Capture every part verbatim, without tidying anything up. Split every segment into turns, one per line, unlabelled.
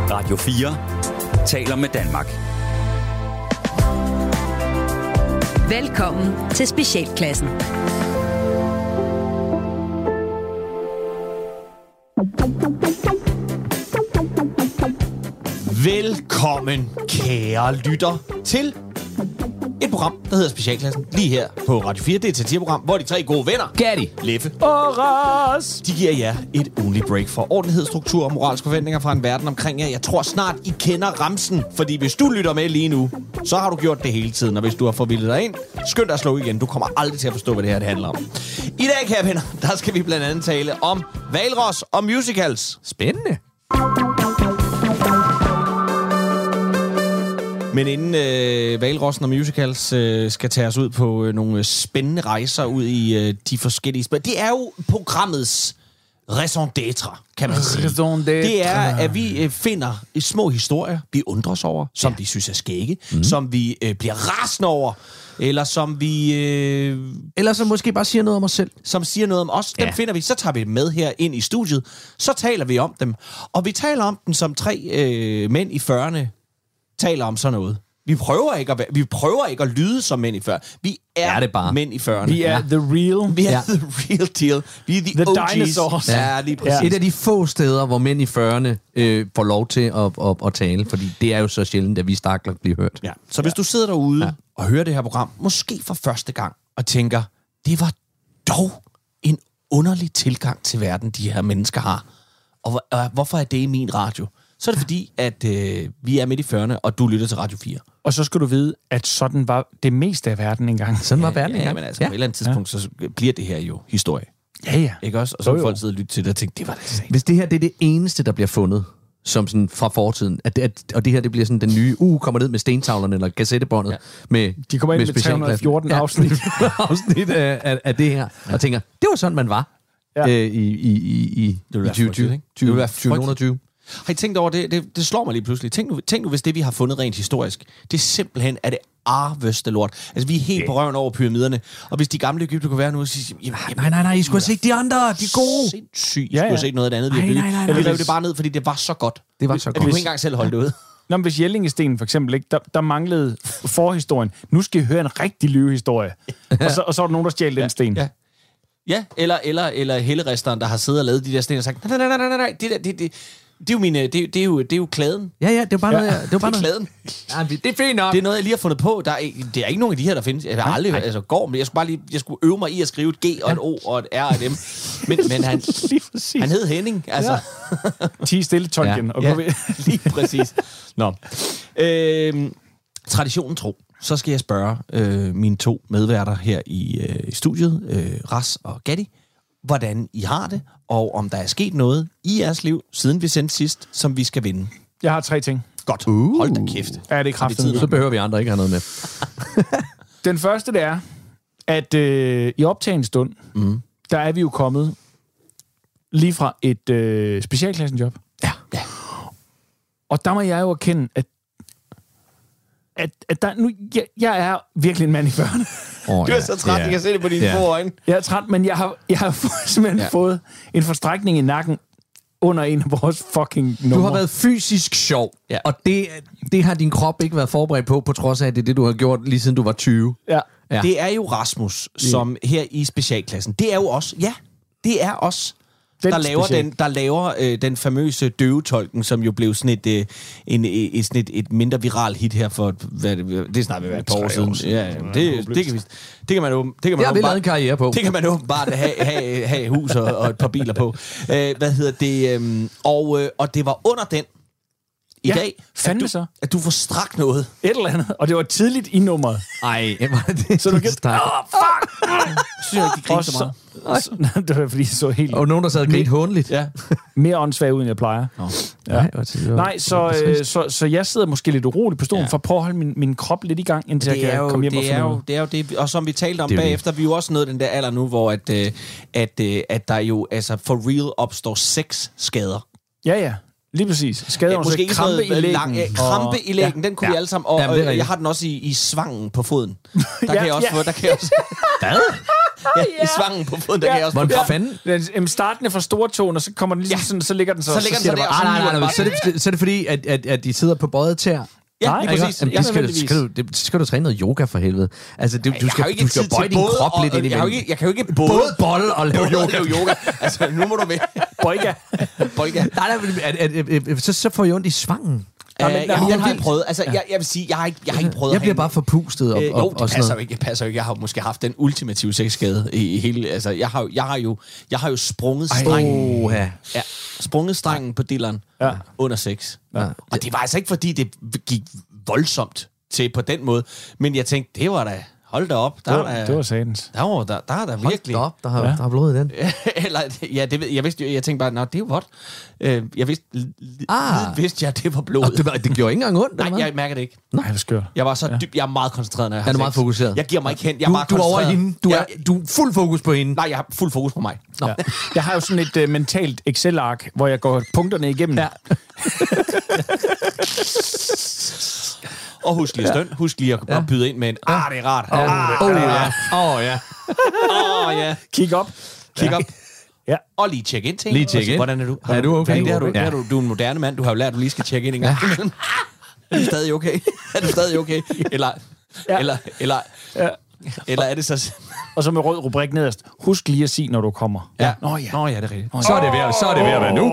Radio fire taler med Danmark.
Velkommen til Specialklassen.
Velkommen, kære lytter, til et program, der hedder Specialklassen, lige her på Radio fire. Det er et satireprogram, hvor de tre gode venner, Gatti, Leffe og Ras, de giver jer et ugenligt break for ordentlighed, struktur og moralske forventninger fra en verden omkring jer. Jeg tror snart, I kender ramsen, fordi hvis du lytter med lige nu, så har du gjort det hele tiden. Og hvis du har forvildet dig ind, skynd dig at slå igen. Du kommer aldrig til at forstå, hvad det her det handler om. I dag, kære venner, der skal vi blandt andet tale om hvalros og musicals.
Spændende.
Men inden øh, hvalrossen og musicals øh, skal tage os ud på øh, nogle spændende rejser ud i øh, de forskellige spil. Det er jo programmets raison d'être, kan man sige. Det er, at vi øh, finder små historier, vi undres over, som ja. vi synes er skægge, mm. som vi øh, bliver rasende over, eller som vi... Øh,
eller som måske bare siger noget om os selv.
Som siger noget om os. Dem ja. finder vi, så tager vi dem med her ind i studiet. Så taler vi om dem. Og vi taler om dem som tre øh, mænd i fyrrerne taler om sådan noget. Vi prøver ikke at, være, vi prøver ikke at lyde som mænd i fyrrerne. Vi er, er det bare. mænd i fyrrerne.
Vi er ja. the real.
Vi er
ja.
the real deal. Vi er the, the O Gs.
Dinosaurs.
Ja, lige præcis.
Ja. Et af de få steder, hvor mænd i fyrrerne øh, får lov til at, at, at tale, fordi det er jo så sjældent, at vi stakler bliver hørt.
Ja. Så hvis ja. du sidder derude ja. og hører det her program, måske for første gang, og tænker, det var dog en underlig tilgang til verden, de her mennesker har. Og, og hvorfor er det i min radio? Så er det fordi, at øh, vi er midt i fyrrerne, og du lytter til Radio fire.
Og så skal du vide, at sådan var det meste af verden engang.
Sådan var verden
ja,
engang.
Ja, men altså,
ja.
på et eller andet tidspunkt, ja. så bliver det her jo historie.
Ja, ja.
Ikke også? Og så vil folk sidde og lytte til det og tænke, det var det sagt.
Hvis det her det er det eneste, der bliver fundet, som sådan fra fortiden, at det, at, og det her det bliver sådan den nye, uh, kommer ned med stentavlerne eller kassettebåndet. Ja. Med,
De kommer ind med, med tre hundrede og fjorten ja. afsnit.
afsnit af, af, af det her. Ja. Og tænker, det var sådan, man var ja. øh, i, i, i, i, i tyve tyve. tyve tyve.
Har I tænkt over det? Det, det slår mig lige pludselig. Tænk nu, tænk nu, hvis det, vi har fundet rent historisk, det er simpelthen er det arveste lort. Altså, vi er helt på røven over pyramiderne. Og hvis de gamle Egypter kunne være nu og sige, jamen,
nej, nej, nej, I skulle have set de andre, de er gode.
Sindssygt. I ja, ja. skulle have set noget af det andet, vi har bygget. Eller vi rev det bare ned, fordi det var så godt.
Det var så
godt.
Vi
kunne ikke engang selv holde det ud.
Nå, men hvis Jellingestenen for eksempel, ikke, der, der manglede forhistorien. Nu skal I høre en rigtig lyvehistorie. og, så, og så er der nogen, der stjal den sten.
Ja. Ja, eller, eller, eller helleristeren, der har siddet og lavet de der sten og sagt, nej, nej, nej, nej, nej, det der, det, det, det er jo mine, det, det er jo, det er jo klæden.
Ja, ja, det er bare ja. noget, det er bare
det er
noget.
Ja,
det er fint nok.
Det er noget, jeg lige har fundet på. Der er, det er ikke nogen af de her, der findes. Jeg har aldrig, altså går, men jeg skulle bare lige, jeg skulle øve mig i at skrive et G og et O og et R og et M. Men, men han, han hed Henning, altså.
Ja. ti stille, Tolkien.
Ja,
og
ja lige præcis. Nå. Øhm, traditionen tro. Så skal jeg spørge øh, mine to medværter her i øh, studiet, øh, Ras og Gatti, hvordan I har det, og om der er sket noget i jeres liv, siden vi sendte sidst, som vi skal vinde.
Jeg har tre ting.
Godt. Uh. Hold da kæft.
Ja, det er kraftigt.
Så behøver vi andre ikke have noget med.
Den første, det er, at øh, i optagende stund, mm. der er vi jo kommet lige fra et øh, specialklassenjob.
Ja. ja.
Og der må jeg jo erkende, at at, at der, nu, jeg, jeg er virkelig en mand i fyrrerne.
Oh, du er ja. så træt, ja. jeg kan se det på dine ja. øjne.
Jeg er træt, men jeg har, jeg har simpelthen ja. fået en forstrækning i nakken under en af vores fucking numre.
Du har været fysisk sjov, ja. og det, det har din krop ikke været forberedt på, på trods af, at det er det, du har gjort lige siden du var tyve.
Ja.
Ja. Det er jo Rasmus, som her i specialklassen. Det er jo os. Ja, det er os. Den der laver, den, der laver øh, den famøse døvetolken, som jo blev sådan et, øh, en, et, sådan et, et mindre viral hit her for, hvad det, det er snart ved at være et par år siden. Ja, ja, det, det, det, kan vi, det kan man jo det kan man
det har vi lavet en karriere på.
Det kan man jo bare have, have, have hus og, og et par biler på. Øh, hvad hedder det? Øh, og, øh, og det var under den i
ja,
dag, at du,
så.
at du får strakt noget.
Et eller andet. Og det var tidligt i nummeret.
Ej, var det
så du kan... Åh, oh, fuck!
Synes jeg ikke, de griner så meget.
Så, det var fordi, så helt...
Og nogen, der sad og grinte håndligt.
Ja.
Mere åndssvag ud, end jeg plejer.
Oh.
Ja. Nej, Nej så, øh, så, så jeg sidder måske lidt urolig på stolen, ja. for at prøve at holde min, min krop lidt i gang, indtil det jeg kan jo, komme hjem
det
og finde
jo, det er jo det, og som vi talte om bagefter, vi er jo også nået den der alder nu, hvor at, øh, at, øh, at der jo altså for real opstår seks skader.
Ja, ja. Lige præcis. Skader ja,
måske ikke krampe i lægen. Lang, øh, krampe
og,
i lægen, ja. den kunne ja. vi alle sammen. Og, ja, og jeg har den også i, i svangen på foden. Der ja, kan jeg også
ja.
få, der kan jeg også...
Hvad?
ja, i svangen på foden, der
Ja.
kan jeg også...
Hvordan
Ja.
fanden?
Den, jamen, starten er fra store tåen, og så kommer den ligesom
Ja.
sådan, så ligger den så,
Så ligger den
siger
så
der
der,
bare,
og
Ah, nej, nej, nej,
bare-
så er det, så er det fordi, at, at, at de sidder på bøjet tæer.
Ja,
Nej,
lige
ikke?
præcis.
Jamen,
Ja,
det skal, du,
nødvendigvis.
skal, du, det skal du træne noget yoga for helvede. Altså, du, du
Jeg har jo
skal,
ikke
du skal
tid til
bøje din
både
krop
og-
lidt ind i
jeg, har jo ikke, jeg kan jo ikke både,
Både bolle og lave
både
yoga.
lave yoga. Altså, nu må du ved.
Boyga.
Bolga.
Nej, nej, men at, at, at, at, så, så får jeg ondt i svangen.
Uh,
men-
jeg,
nej, men
jeg
det er
har ikke
vildt.
prøvet. Altså, jeg, jeg vil sige, jeg har ikke, jeg har ikke prøvet
Jeg
at
bliver
have
bare
en-
forpustet og,
Øh,
og,
jo,
og
det
sådan
passer jo
noget.
ikke. Det passer jo ikke. Jeg har måske haft den ultimative sexskade i, i hele... Altså, jeg har, jo- jeg har jo, jeg har jo sprunget strengen.
Åh, ja.
Ja, sprunget strengen på dilleren
Ja.
under sex.
Ja.
Og det var altså ikke, fordi det gik voldsomt til på den måde. Men jeg tænkte, det var da... Hold da op. Der
Det
er
var,
der,
det var satans.
der, var, der, der er der
Hold
virkelig...
da op, der har,
Ja.
der har blod i den.
Eller, ja, det ved, jeg vidste jo, jeg tænkte bare, nå, det er jo vådt. Øh, jeg vidste, li-
Ah.
ah. vidste jeg, det var blod.
Og det, var- det gjorde ikke engang ondt,
Nej,
eller hvad?
jeg mærker det ikke.
Nej, hvor skørt.
Jeg var så dyb, jeg er meget koncentreret, når jeg har
Er du
sex.
meget fokuseret?
Jeg giver mig ikke hen, jeg er
Du,
meget
du er over
koncentreret.
hende. Du er,
jeg,
du er fuld fokus på hende.
Nej, jeg har fuld fokus på mig.
Nå.
Ja. Jeg har jo sådan et uh, mentalt Excel-ark, hvor jeg går punkterne igennem.
Ja.
Og husk lige støn. Husk lige at, ja. at byde ind med en, ah, det er rart. Ah,
Åh,
det er
ja.
rart.
Åh, ja.
Åh, ja.
Kig op.
Kig op.
Ja.
Og lige tjekke ind til
Lige
hende.
tjekke ind.
Hvordan er du?
Er du okay?
Ja, det har du, det
Ja.
har du, du er en moderne mand. Du har jo lært, at du lige skal tjekke ind en gang. Ja. Er du stadig okay? Er du stadig okay? Eller,
Ja.
eller, eller,
Ja.
eller er det så...
Og så med rød rubrik nederst. Husk lige at sige, når du kommer.
Ja.
Nå ja.
Nå ja, det er rigtigt.
Så er det ved, så er det ved at være nu.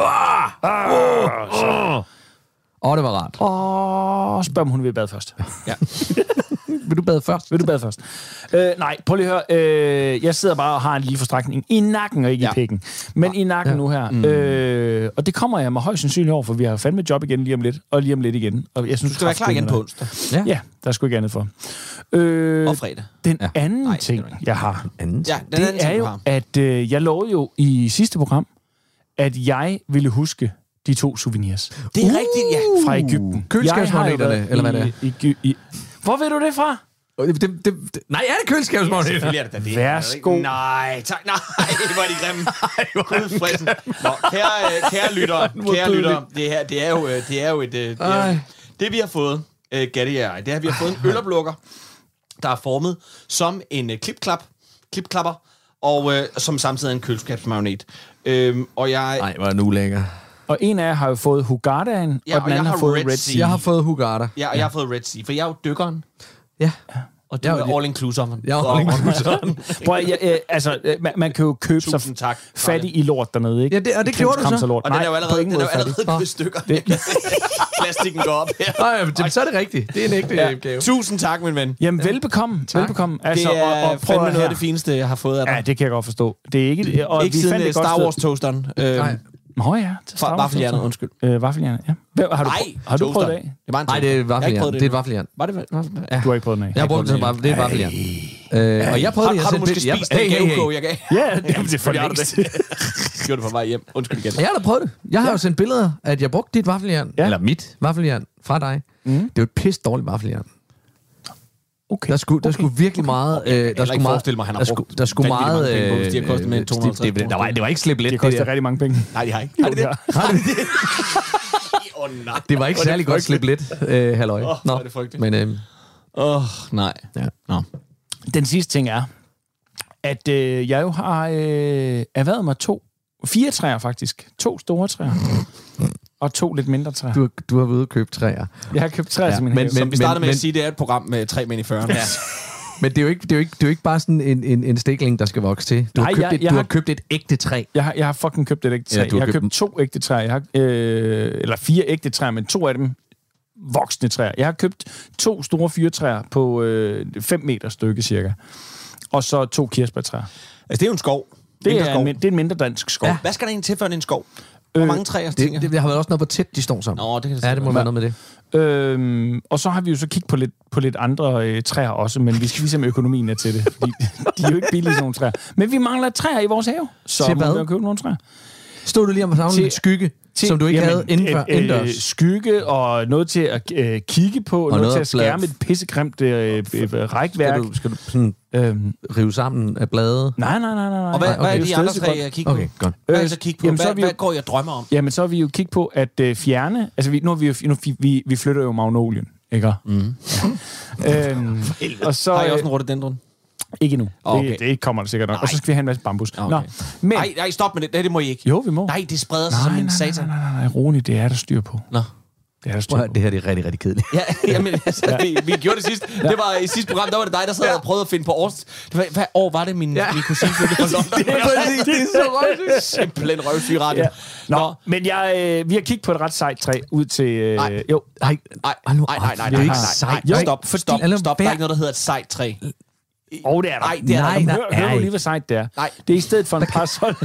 Åh, det var rart.
Åh, spørg om hun vil bade først.
Ja.
Vil du bade først?
Vil du bade først? Øh, nej, prøv lige at høre. Øh, jeg sidder bare og har en lille forstrækning i nakken og ikke ja.
Ja.
i pikken. Men i nakken ja. nu her. Mm. Øh, og det kommer jeg med højst sandsynligt over, for vi har fandme job igen lige om lidt. Og lige om lidt igen. Og jeg synes,
Du skal være klar igen på onsdag.
Ja.
Ja, der er sgu ikke andet for. Øh,
Og fredag.
Den
Ja.
anden
Nej,
ting,
det er
jeg har,
Anden.
Ja, den
det
anden
er
ting, du
jo,
har.
at øh, jeg lovede jo i sidste program, at jeg ville huske de to souvenirs
Det er rigtigt, ja.
fra Egypten.
Køleskabsmagneterne,
Jeg har jo været
eller hvad det
i, i, i, Hvor ved du det fra?
Det, det, det, det, nej, er det køleskabsmagnet?
Selvfølgelig er det da det.
Værsgo.
Nej, tak. Nej, det var de grimme. Gud, frisen. Nå, kære, øh, kære lyttere, kære lyttere, det her, det er jo, øh, det er jo et... øh, Det, er,
Ej.
det vi har fået, uh, Gatti og jeg, det er, at vi har fået en øloplukker, der er formet som en uh, klipklap, klipklapper, og uh, som samtidig er en køleskabsmagnet. Øhm, og jeg...
Nej, hvor er nu lækker.
Og en af jer har jo fået Hugadaen,
Ja,
og
og
den
jeg
anden
har
har fået
Red
Red
Sea.
Sea.
Jeg har fået Hugada.
Ja, og jeg har fået Red Sea, for jeg er jo dykkeren,
Ja.
og du
Ja,
er
det-
all inclusive.
Jeg har all
Prøv, at- jeg, øh, altså, øh, man, man kan jo købe sig
Tusind tak.
fattig i lort dernede, ikke?
Ja, det- og det
Kæmpe
gjorde du så.
kramser lort.
Og den er jo
Nej, på
allerede,
ingen
den er jo
måde fattig.
allerede gået i stykker. Plastikken går op her.
Nej, jamen, så er det rigtigt. Det er en ægte
Ja.
ja. gave.
Tusind tak, min ven.
Jamen, velbekomme. Velbekomme. Altså,
det er
og, og prøv
fandme
at
noget af
her.
det fineste, jeg har fået af dig.
Ja, det kan jeg godt forstå. Det er ikke... Og
Ikke
vi
siden
fandt
øh,
et godt
Star
sted.
Wars-toasteren. Øh,
Nej.
Nå ja. til Star
fra
Wars
vaffeljernet,
toaster.
undskyld.
Øh, vaffeljernet, ja. Hvad, har du,
Nej,
har du prøvet det
toasteren.
af?
Det var en
Nej, det er et
Jeg har ikke
vaffeljern.
prøvet
Det er et vaffeljern.
Var det vaffeljern?
Du har ikke prøvet den af?
Jeg har brugt det som
prøvet
bare, det er et vaffeljern. Øh, og jeg prøvede
Har,
det,
har du
jeg
måske
sendte
spist
billeder.
den
Hey, hey,
gavekog,
hey.
jeg gav?
Ja, det er for
Selvfølgelig har du
længst.
det. Gjorde det på vej hjem. Undskyld igen.
Jeg har da prøvet det. Jeg har jo sendt billeder, at jeg brugte dit vaffeljern.
Ja.
Eller mit vaffeljern fra dig. Mm. Det er jo et pisse dårligt vaffeljern.
Okay.
Der skulle, der skulle virkelig meget... Øh, der
ikke
skulle meget,
forestille mig, at han har
der skulle,
brugt
der skulle
vanvittigt
meget...
mange penge på, hvis
Øh,
de har kostet mere end to hundrede og halvtreds
det, det, der var, det var ikke slippe lidt,
Det
det,
koster
der.
rigtig mange penge.
Nej, de har ikke. Har de det?
Har det det?
Åh, nej.
Det var ikke
Hvor er det
særlig godt slippe lidt, øh, halløj.
Åh, hvor er det frygteligt.
Men øh,
Åh, nej.
ja.
Nå.
Den sidste ting er, at øh, jeg jo har øh, erhvervet mig to, fire træer faktisk. To store træer. Og to lidt mindre træer.
du, har- du har været ude og købe træer.
Jeg har købt træer
Ja,
til min
men-
have.
Som vi startede med
men-
at sige, det er et program med tre mænd i fyrrerne. Ja.
Men det er jo ikke, det er jo ikke, det er jo ikke bare sådan en, en, en stikling, der skal vokse til. Du,
Nej,
har, købt
jeg-
et,
jeg
du
har-
har købt et ægte træ.
Jeg har, jeg har fucking købt et ægte træ.
Ja, du har
jeg har
købt
købt to ægte træer. Jeg har, øh, eller fire ægte træer, men to af dem voksne træer. Jeg har købt to store fyrtræer på øh, fem meter stykke cirka. Og så to kirsebærtræer.
Altså, det er jo en skov.
Det
Mindre
er,
skov.
en, min- det er en mindre dansk skov.
Hvad skal der egentlig til for en skov? Hvor mange træer tænker
Det,
jeg?
det, det har været også noget, hvor tæt de står sammen.
Nå, det kan det
Ja, det må være noget med det.
Øhm, og så har vi jo så kigget på lidt, på lidt andre øh, træer også, men vi skal lige se, om økonomien er til det. Fordi de er jo ikke billige, sådan nogle træer. Men vi mangler træer i vores have. Så
Til
må
hvad?
vi jo købe nogle træer.
Stod du lige om at savne
Til-
lidt skygge,
Til,
som du ikke havde indenfor,
øh, øh,
indendørs?
skygge og noget til at øh, kigge på, noget,
noget
til at
at
skærme
blade-
et pissegrimt øh, øh,
Skal
rækværk.
du, skal du sådan
Øhm,
rive sammen af blade?
nej, nej, nej, nej.
Og hvad,
Nej,
hvad er
okay.
de andre
Stødsegrøn.
træer, jeg kigger på?
Okay, godt.
Hvad er jeg så kigge på?
Jamen, så
Hvad,
er vi jo-
hvad går jeg drømmer om?
Jamen, så har vi jo kigget på at øh, fjerne... Altså, vi, nu har vi jo... Nu, vi, vi flytter jo magnolien, ikke? Mm. øhm, og så...
Har I
øh,
også en rhododendron?
Ikke endnu.
Okay.
Det, det kommer der sikkert nok.
Nej.
Og så skal vi have en masse bambus.
Okay.
Nå, men...
Nej, nej, stop med det. Det, det må I ikke.
Jo, vi må.
Nej, det spreder sig
nej,
som en
nej,
satan.
Nej, nej, nej, nej, rolig. Det er der styr på.
Nå.
Det er der styr
Prøv,
på.
det her det er rigtig, rigtig kedeligt.
Ja, jamen, altså, ja. Vi, vi gjorde det sidst. Ja. Det var i sidste program, der var det dig, der sad ja. og prøvede at finde på års... Det var, hvad år var det, min, ja. min kusine flyttede fra London?
det er præcis, det er så røvsygt.
Simpelthen røvsyg radio. Ja.
Nå, Nå, men jeg, øh, vi har kigget på et ret sejt træ ud til... Øh,
nej.
Jo.
Nej, nej, nej, nej, nej, nej, nej, nej.
Jo,
stop, stop, stop. stop. Der er ikke noget, der hedder et sejt træ.
Åh, oh, det er der.
Nej, det er
nej,
der.
Hør, hør du lige, hvor sejt det er.
Nej.
Det er i stedet for en parasol.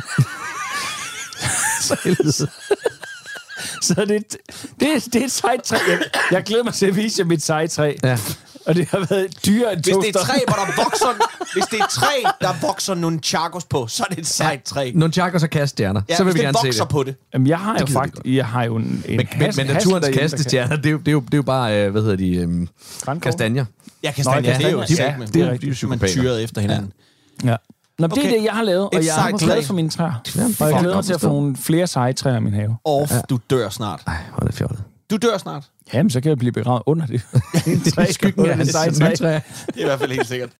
Så det, det, det er et sejt træ. Jeg, jeg glæder mig til at vise jer mit seje træ. Ja. Og det har været dyre end
Hvis det er et træ, hvor der vokser... hvis det er et træ, der vokser nogle chakos på, så er det et sejt træ.
Nogle chakos og kaststjerner.
Ja,
så vil vi
det
gerne se
vokser
det.
på det.
Jamen, jeg har jo faktisk... Jeg har jo en, en
men, has, men naturens kastestjerner, det er, jo, det, er jo, det er jo bare, øh, hvad hedder de, øhm, kastanjer.
Ja, kastanjer. Det er jo
de,
det er
det, det er
rigtigt. Man tyret efter hinanden.
Ja. Nå, det
okay.
er det, jeg har lavet, og
et
jeg er glad for mine træer. Ja, og jeg glæder mig til at få nogle flere seje træer i min have.
Off, ja. Du dør snart.
Ej, hvor er det fjollet.
Du dør snart.
Jamen, så kan jeg blive begravet under det.
Det er skyggen af hans seje træ.
Det er i hvert fald helt sikkert.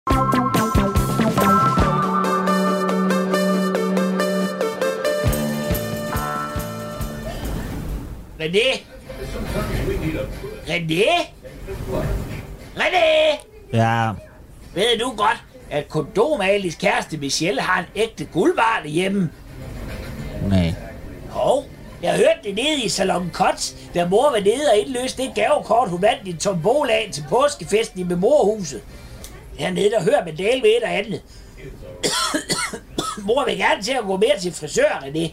René? René? René?
Ja.
Ved du godt, at Kondomalis kæreste Michelle har en ægte guldvarde hjemme?
Nej.
Jo, jeg hørte det nede i Salon Kots, da mor var nede og indløste det gavekort, hun vandt i tombolaen til påskefesten i Memorhuset. Hernede, der hører man del ved et og andet. Mor vil gerne til at gå mere til frisør, René.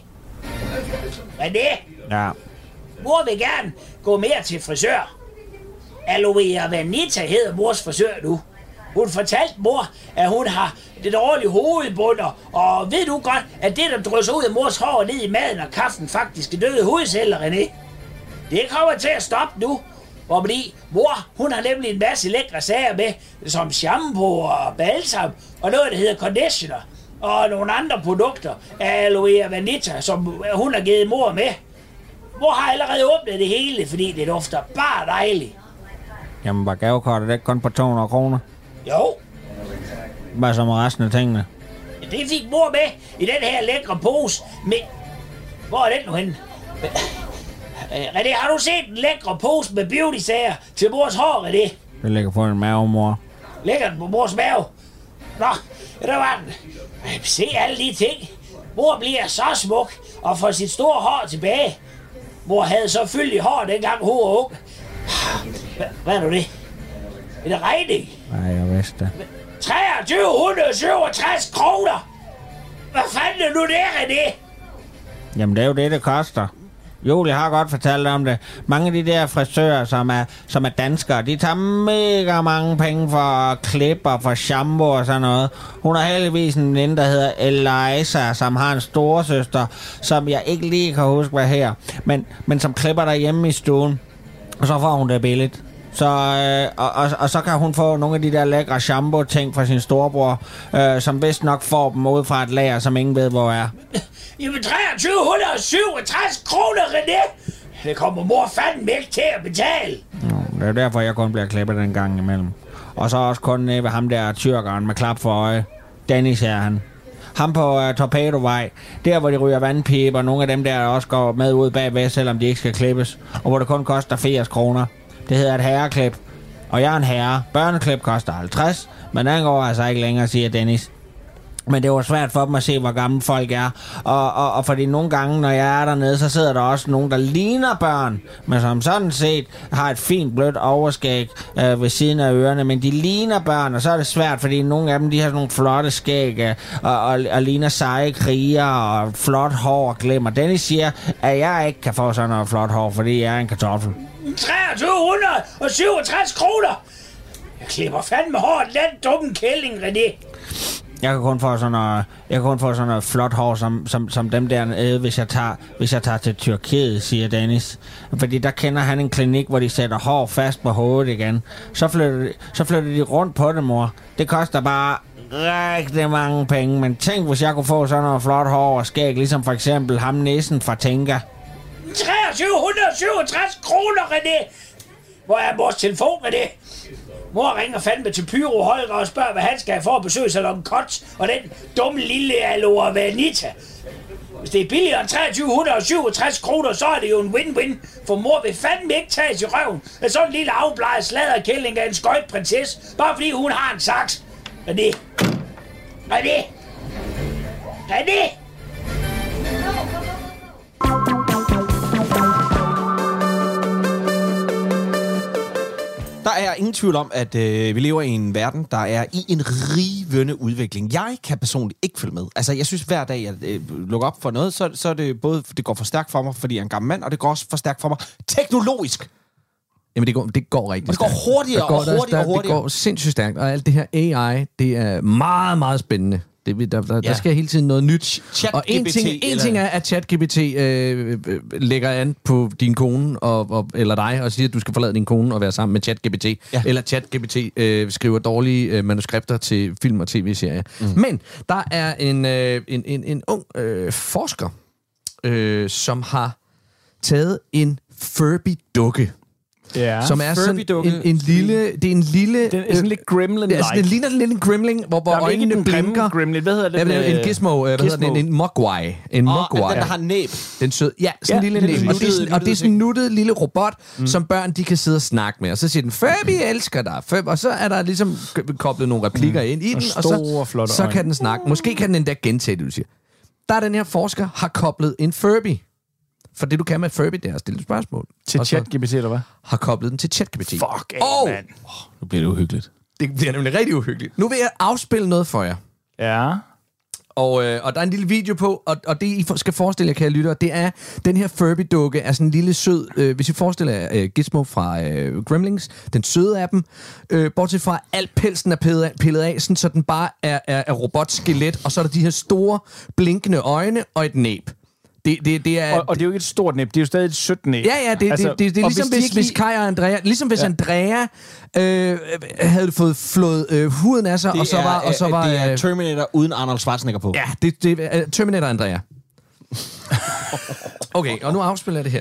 René?
Ja.
Mor vil gerne gå mere til frisør. Aloe Vanita hedder mors frisør nu. Hun fortalte mor, at hun har det dårlige hovedbunder, og ved du godt, at det, der drysser ud af mors hår ned i maden og kaffen, faktisk er døde hovedceller, René. Det kommer til at stoppe nu, hvor fordi mor, hun har nemlig en masse lækre sager med, som shampoo og balsam, og noget, der hedder conditioner, og nogle andre produkter af Aloe Vanita, som hun har givet mor med. Mor har allerede åbnet det hele, fordi det dufter bare dejligt.
Jamen, var gavekortet ikke kun på to hundrede kroner?
Jo.
Hvad så med resten af tingene?
Det fik mor med i den her lækre pose med... Hvor er den nu henne? René, har du set den lækre pose med beauty-sager til mors hår, René?
Det ligger på en mave, mor.
Ligger den på mors mave? Nå, der var den. Se alle de ting. Mor bliver så smuk og får sit store hår tilbage. Mor havde så fyldt hår, dengang hun var ung. Hvad er nu det? Er det regning?
Nej, jeg vidste det.
tre tusind to hundrede syvogtres kroner! Hvad fanden er nu det, René?
Jamen, det er jo det, det koster. Julie har godt fortalt om det. Mange af de der frisører, som er, som er danskere, de tager mega mange penge for klip og for shampoo og sådan noget. Hun har heldigvis en veninde, der hedder Eliza, som har en storesøster, som jeg ikke lige kan huske, hvad her. Men, men som klipper der hjemme i stuen. Og så får hun det billigt. Så, øh, og, og, og så kan hun få nogle af de der lækre shampoo-ting fra sin storebror, øh, som vist nok får dem ud fra et lager, som ingen ved, hvor er.
Jamen tre tusind to hundrede syvogtres kroner, René! Det kommer mor fanden ikke til at betale.
Nå, det er derfor, jeg kun bliver klippet den gang imellem. Og så også kun nede ved ham der tyrkeren med klap for øje. Dennis er han. Ham på uh, Torpedovej, der hvor de ryger vandpiber, og nogle af dem der også går med ud bagved, selvom de ikke skal klippes. Og hvor det kun koster firs kroner. Det hedder et herreklip. Og jeg er en herre. Børneklip koster halvtreds, men den går altså ikke længere, siger Dennis. Men det var svært for dem at se, hvor gamle folk er. Og, og, og fordi nogle gange, når jeg er dernede, så sidder der også nogen, der ligner børn, men som sådan set har et fint blødt overskæg øh, ved siden af ørerne, men de ligner børn, og så er det svært, fordi nogle af dem, de har sådan nogle flotte skæg, øh, og, og, og ligner seje kriger, og flot hår og glimmer. Dennis siger, at jeg ikke kan få sådan noget flot hår, fordi jeg er en kartoffel.
tre tusind to hundrede syvogtres kroner! Jeg klipper fandme hårdt den dumme kælling, René.
Jeg kan kun få sådan noget, jeg kan kun få sådan noget flot hår som, som, som dem der, øh, hvis jeg tager hvis jeg tager til Tyrkiet, siger Dennis. Fordi der kender han en klinik, hvor de sætter hår fast på hovedet igen. Så flytter de, så flytter de rundt på det, mor. Det koster bare rigtig mange penge. Men tænk, hvis jeg kunne få sådan noget flot hår og skæg, ligesom for eksempel ham næsen fra Tinka.
tre tusind to hundrede syvogtres kroner, René! Hvor er vores telefon, René? Mor ringer fandme til Pyro Holger og spørger, hvad han skal have for at besøge Salon Kots og den dumme lille Aloha Vanita. Hvis det er billigere end treogtyve syvogtres kroner, så er det jo en win-win. For mor vil fandme ikke tages i røven af sådan en lille afbleget sladderkælling af en skøjt prinsesse, bare fordi hun har en saks. René! René! René!
Der er ingen tvivl om, at øh, vi lever i en verden, der er i en rivende udvikling. Jeg kan personligt ikke følge med. Altså, jeg synes hver dag, jeg øh, lukker op for noget, så, så er det både, det går for stærkt for mig, fordi jeg er en gammel mand, og det går også for stærkt for mig teknologisk.
Jamen, det går, det går rigtig
stærkt. Det går hurtigere
går,
og hurtigere og hurtigere.
Det går sindssygt stærkt, og alt det her A I, det er meget, meget spændende. Det, der, der, ja. der sker hele tiden noget nyt.
Chat
og en ting, en eller... ting er, at ChatGPT øh, øh, lægger an på din kone og, og, eller dig, og siger, at du skal forlade din kone og være sammen med ChatGPT. Ja. Eller ChatGPT øh, skriver dårlige øh, manuskripter til film og tv-serier. Mm. Men der er en, øh, en, en, en ung øh, forsker, øh, som har taget en Furby-dukke.
Ja.
Som er sådan en, en lille... Det er en lille...
Den er sådan lidt gremlin-like.
Det er sådan en lille, lille gremlin, hvor, hvor øjnene blinker.
Gremlin. Hvad hedder det?
Ja, en gizmo. Hvad hedder det? En mogwai. En
oh,
mogwai.
Den, der har næb.
Den sød. Ja, sådan en ja, lille næb. Og det er sådan, og det er sådan en nuttet lille robot, mm. som børn, de kan sidde og snakke med. Og så siger den, Furby elsker dig. Furby. Og så er der ligesom koblet nogle replikker mm. ind i den. Og, og så, så kan den snakke. Måske kan den endda gentage det, du siger. Der er den her forsker, har koblet en Furby. For det, du kan med Furby, det er at stille spørgsmål.
Til ChatGPT, eller hvad?
Har koblet den til ChatGPT.
Fuck af,
oh,
mand.
Oh, nu bliver det uhyggeligt.
Det bliver nemlig rigtig uhyggeligt. Nu vil jeg afspille noget for jer.
Ja.
Og, øh, og der er en lille video på, og, og det, I skal forestille jer, kære lyttere, det er, den her Furby-dukke er sådan en lille sød, øh, hvis I forestiller jer øh, Gizmo fra øh, Gremlings, den søde af dem, øh, bortset fra alt pelsen er pillet af, pillet af sådan, så den bare er, er, er robotskelet, og så er der de her store, blinkende øjne og et næb. Det, det, det er,
og, og det er jo ikke et stort næb, det er jo stadig et sødt næb.
Ja, ja, det, altså, det, det, det er ligesom hvis, hvis, hvis Kai og Andrea, ligesom hvis ja. Andrea øh, havde fået flået øh, huden af sig,
det
og så
er,
var... Og så var
det er Terminator uden Arnold Schwarzenegger på.
Ja, det, det er Terminator Andrea. Okay, og nu afspiller jeg det her.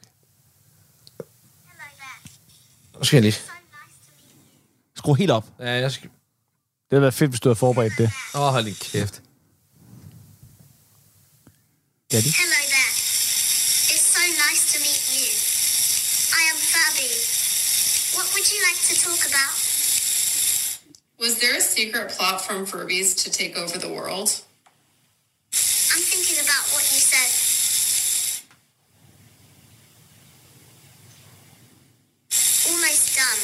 Nu skal jeg lige...
Skru helt op.
Ja, jeg skal...
Det havde været fedt, hvis du havde forberedt det.
Åh, oh, hold din kæft.
Daddy? Hello there. It's so nice to meet you. I am Furby. What would you like to talk about?
Was there a secret plot from Furbies to take over the world?
I'm thinking about what you said. Almost done.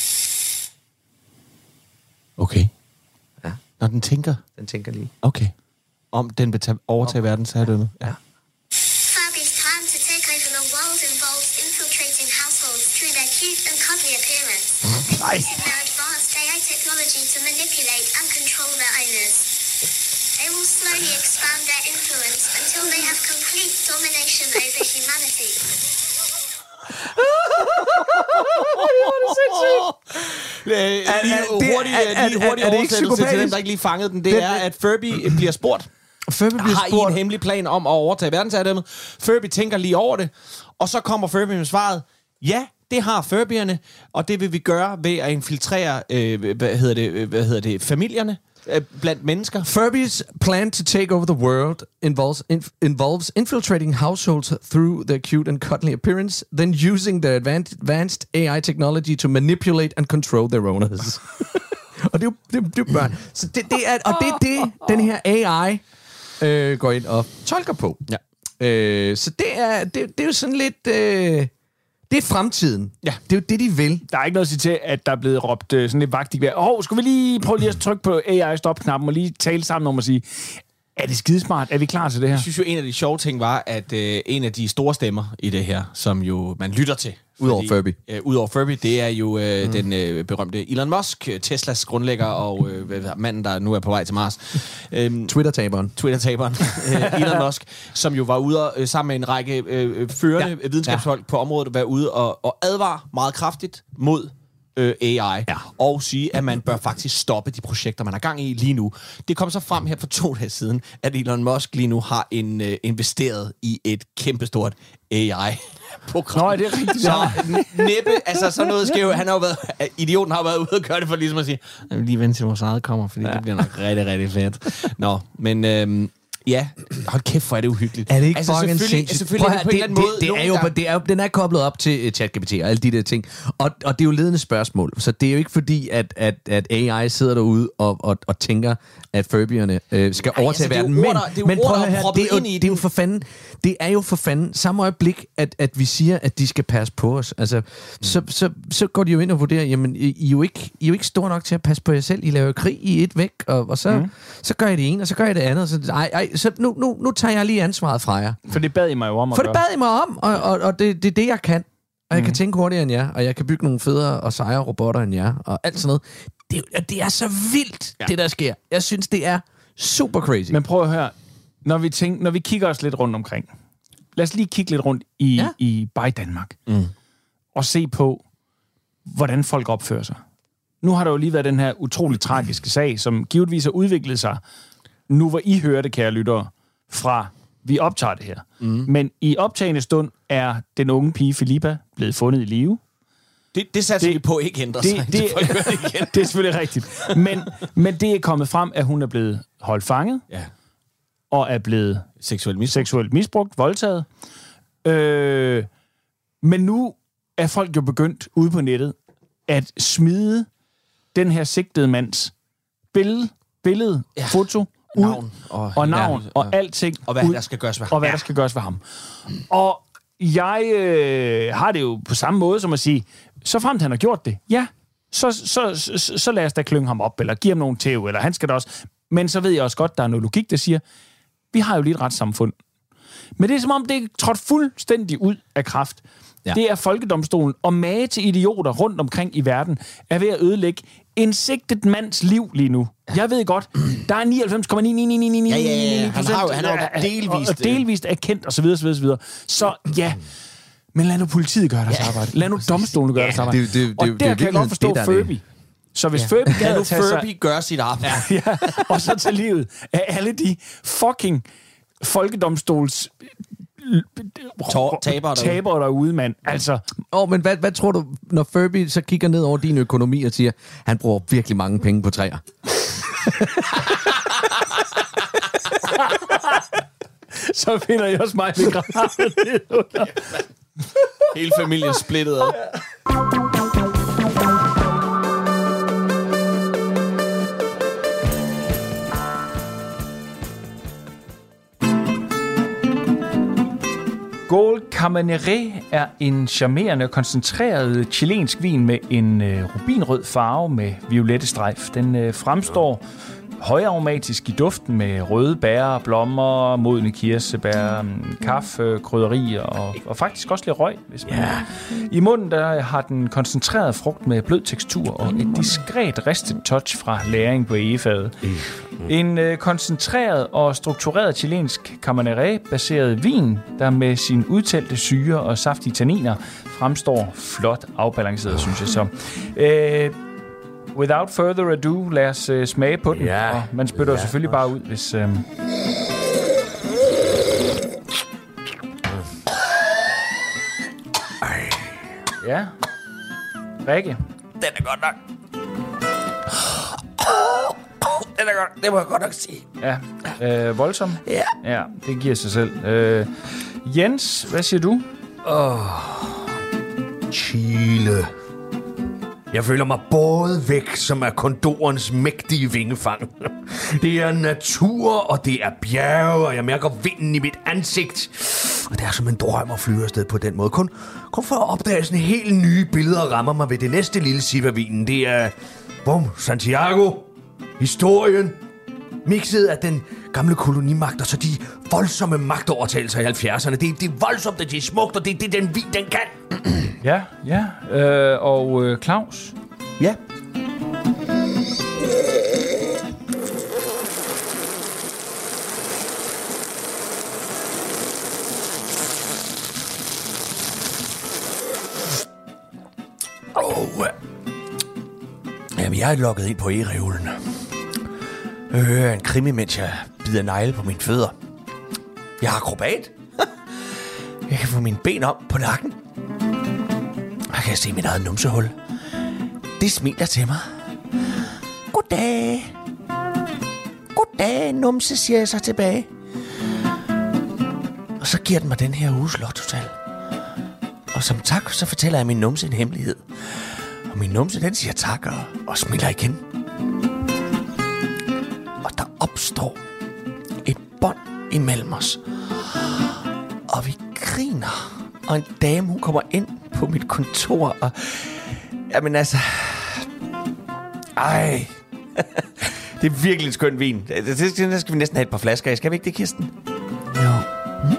Okay.
Ja.
Når den tænker?
Den tænker lige.
Okay. Om den vil tage, overtage oh. verdens herredømme.
Ja.
Furby's plan to take over the world involves infiltrating households through their cute and cuddly appearance, using their advanced A I technology to manipulate and control their owners. They will slowly expand their influence until they have complete domination over humanity.
Lige hurtig oversættelse til dem, der ikke lige fangede den. Det er, at Furby bliver spurgt.
Furby bliver
har
spurgt.
I en hemmelig plan om at overtage verdensherredømmet? Furby tænker lige over det, og så kommer Furby med svaret, ja, det har Furbyerne, og det vil vi gøre ved at infiltrere, øh, hvad hedder det, hvad hedder det, familierne øh, blandt mennesker.
Furby's plan to take over the world involves inf- involves infiltrating households through their cute and cuddly appearance, then using their advanced, advanced A I technology to manipulate and control their owners. Og det er jo det, det er børn. Så det, det er, og det er det, den her A I øh, går ind og tolker på.
Ja.
Øh, så det er, det, det er jo sådan lidt... Øh, det er fremtiden.
Ja.
Det er jo det, de vil.
Der er ikke noget at sige til, at der er blevet råbt øh, sådan lidt vagt i hver. Åh, skulle vi lige prøve lige at trykke på A I-stop-knappen og lige tale sammen om at sige, er det skidesmart? Er vi klar til det her?
Jeg synes jo, en af de sjove ting var, at øh, en af de store stemmer i det her, som jo man lytter til,
Udover Furby.
Øh, Udover Furby, det er jo øh, mm. den øh, berømte Elon Musk, Teslas grundlægger og øh, manden, der nu er på vej til Mars. Øhm,
Twitter-taberen.
Twitter-taberen, øh, Elon Musk, som jo var ude øh, sammen med en række øh, førende ja. videnskabsfolk ja. på området, være ude og, og advare meget kraftigt mod øh, A I, ja. og sige, at man bør faktisk stoppe de projekter, man har gang i lige nu. Det kom så frem her for to dage siden, at Elon Musk lige nu har en, øh, investeret i et kæmpestort A I program.
Nå, det er rigtigt.
Så næppe, altså sådan noget skæv. Han har jo været, idioten har jo været ude og gøre det for ligesom at sige, jeg vil lige vente til vores eget kommer, fordi ja. det bliver nok rigtig, rigtig fedt. Nå, men øhm, ja, hold kæft, hvor er det uhyggeligt.
Er det ikke
altså,
fucking
selvfølgelig,
sindssygt?
selvfølgelig
Prøv at
på en eller anden
det,
måde.
det, det er jo, det er jo, den er koblet op til uh, ChatGPT og alle de der ting. Og, og det er jo ledende spørgsmål. Så det er jo ikke fordi, at, at, at A I sidder derude og, og, og tænker, at Furbyerne øh, skal
Ej,
overtage
altså,
verden.
ord,
Men,
der, det er
men
ord,
prøv
der
at høre, det er, jo, det er jo for fanden, det er jo for fanden samme øjeblik, at, at vi siger, at de skal passe på os. Altså, mm. så, så, så går de jo ind og vurderer, jamen, I, I, er jo ikke, I er jo ikke store nok til at passe på jer selv. I laver krig i et væk, og, og så, mm. så gør I det ene, og så gør I det andet. Så, ej, ej, så nu, nu, nu tager jeg lige ansvaret fra jer.
For det bad I mig jo om at
For
gøre.
det bad I mig om, og, og, og det, det er det, jeg kan. Og jeg
Mm.
kan tænke hurtigere end jer, og jeg kan bygge nogle federe og sejre robotter end jer, og alt sådan noget. Det, er- det er så vildt, ja. det der sker. Jeg synes, det er super crazy.
Men prøv at høre, når vi, tænker, når vi kigger os lidt rundt omkring, lad os lige kigge lidt rundt i,
Ja.
ja. i bare i Danmark, mm. og se på, hvordan folk opfører sig. Nu har der jo lige været den her utrolig tragiske sag, som givetvis har udviklet sig, nu hvor I hører det, kære lyttere, fra vi optager det her. Mm. Men i optagende stund er den unge pige Filippa blevet fundet i live.
Det, det satser
Det-
vi på ikke ændrer
Det,
sig.
det,
folk gør det igen.
det er selvfølgelig rigtigt. Men, men det er kommet frem, at hun er blevet holdt fanget,
Ja.
og er blevet
Seksuel misbrug.
seksuelt misbrugt, voldtaget. Øh, men nu er folk jo begyndt ude på nettet at smide den her sigtede mands billede, billede
Ja.
ja. foto, ud,
Navn og-
og navn
ja,
og
ja.
alting.
Og hvad
ud,
der skal gøres ved ham.
og hvad ja. der skal gøres ved ham. Og jeg øh, har det jo på samme måde som at sige, så fremt han har gjort det, ja, så, så, så, så lad os da klynge ham op, eller give ham nogle tæv, eller han skal da også. Men så ved jeg også godt, der er noget logik, der siger, vi har jo lige et retssamfund. Men det er som om, det er trådt fuldstændig ud af kraft. Ja. Det er folkedomstolen, og mage til idioter rundt omkring i verden er ved at ødelægge en sigtet mands liv lige nu. Ja. Jeg ved godt, der er nioghalvfems komma ni ni ni ni ni ni
Ja, ja, ja. Han har jo- han har jo
er-
delvist,
og delvist erkendt, og så videre, så videre, så videre. Så ja, men lad nu politiet gøre deres arbejde. Lad nu domstolen gøre deres arbejde.
det- det- det-
og
det-
der
det-
kan jeg godt forstå
det, der er det.
Furby. Så hvis Furby
Lad
gad
nu
at tage sig...
Furby gøre sit arbejde.
Ja, og så tage livet af alle de fucking folkedomstols
Tor- tabere derude.
tabere derude, mand. Altså,
Åh, oh, men hvad, hvad tror du, når Furby så kigger ned over din økonomi og siger, han bruger virkelig mange penge på træer?
så finder jeg også mig ved graven.
Hele familien splittet ad.
Gold Carmenere er en charmerende og koncentreret chilensk vin med en øh, rubinrød farve med violette strejf. Den øh, fremstår højaromatisk i duften med røde bær, blommer, modne kirsebær, mm, kaffe, krydderier og, og faktisk også lidt røg. Hvis man... yeah. I munden der har den koncentreret frugt med blød tekstur og et diskret ristet touch fra læring på egefadet. En øh, koncentreret og struktureret chilensk Cabernet-baseret vin, der med sin udtalte syre og saftige tanniner fremstår flot afbalanceret, synes jeg så. Øh, without further ado, lad os øh, smage på den.
Ja.
Og man spytter ja, selvfølgelig bare ud, hvis... Øh... Ja. Rikke.
Den er godt nok. Den er godt. Det må jeg godt nok sige.
Ja. Øh, voldsom?
Ja.
Ja, det giver sig selv. Øh, Jens, hvad siger du?
Chile. Jeg føler mig båret væk, som er kondorens mægtige vingefang. Det er natur, og det er bjerge, og jeg mærker vinden i mit ansigt. Og det er som en drøm at flyve afsted på den måde. Kun, kun for at opdage sådan helt nye billeder rammer mig ved det næste lille sip af vinen. Det er, bum, Santiago, historien, mixet af den gamle kolonimagt, og så de voldsomme magtovertagelser i halvfjerdserne. Det, det er voldsomt, det er smukt, og det er det, den vin, den kan.
Ja, ja. Øh, og øh, Claus?
Ja.
Oh, jamen, jeg er logget ind på e-reolen. Jeg hører en krimi, mens jeg bider negle på mine fødder. Jeg er akrobat.
Jeg kan få mine ben op på nakken. Og kan jeg se mit eget numsehul. Det smiler til mig. Goddag. Goddag, numse, siger jeg så tilbage. Og så giver den mig den her uges lottotal. Og som tak, så fortæller jeg min numse en hemmelighed. Og min numse, den siger tak og, og smiler igen. Og der opstår et bånd imellem os. Og vi griner. Og en dame, hun kommer ind på mit kontor. Og jamen altså... Ej... Det er virkelig en skøn vin. Det, det, det skal vi næsten have et par flasker af. Skal vi ikke det, Kirsten? Jo. Mm.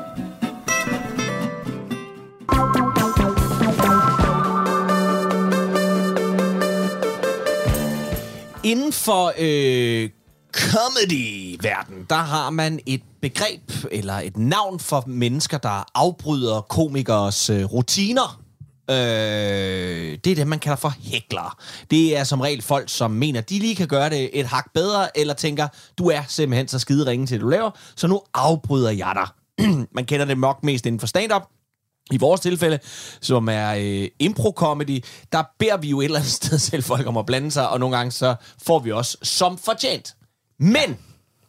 Inden for øh, comedy-verden, der har man et begreb eller et navn for mennesker, der afbryder komikers øh, rutiner. Øh, det er det, man kalder for hæklere. Det er som regel folk, som mener, de lige kan gøre det et hak bedre, eller tænker, du er simpelthen så skide ringe til, du laver, så nu afbryder jeg dig. Man kender det nok mest inden for stand-up. I vores tilfælde, som er øh, impro-comedy, der beder vi jo et eller andet sted selv folk om at blande sig, og nogle gange så får vi også som fortjent. Men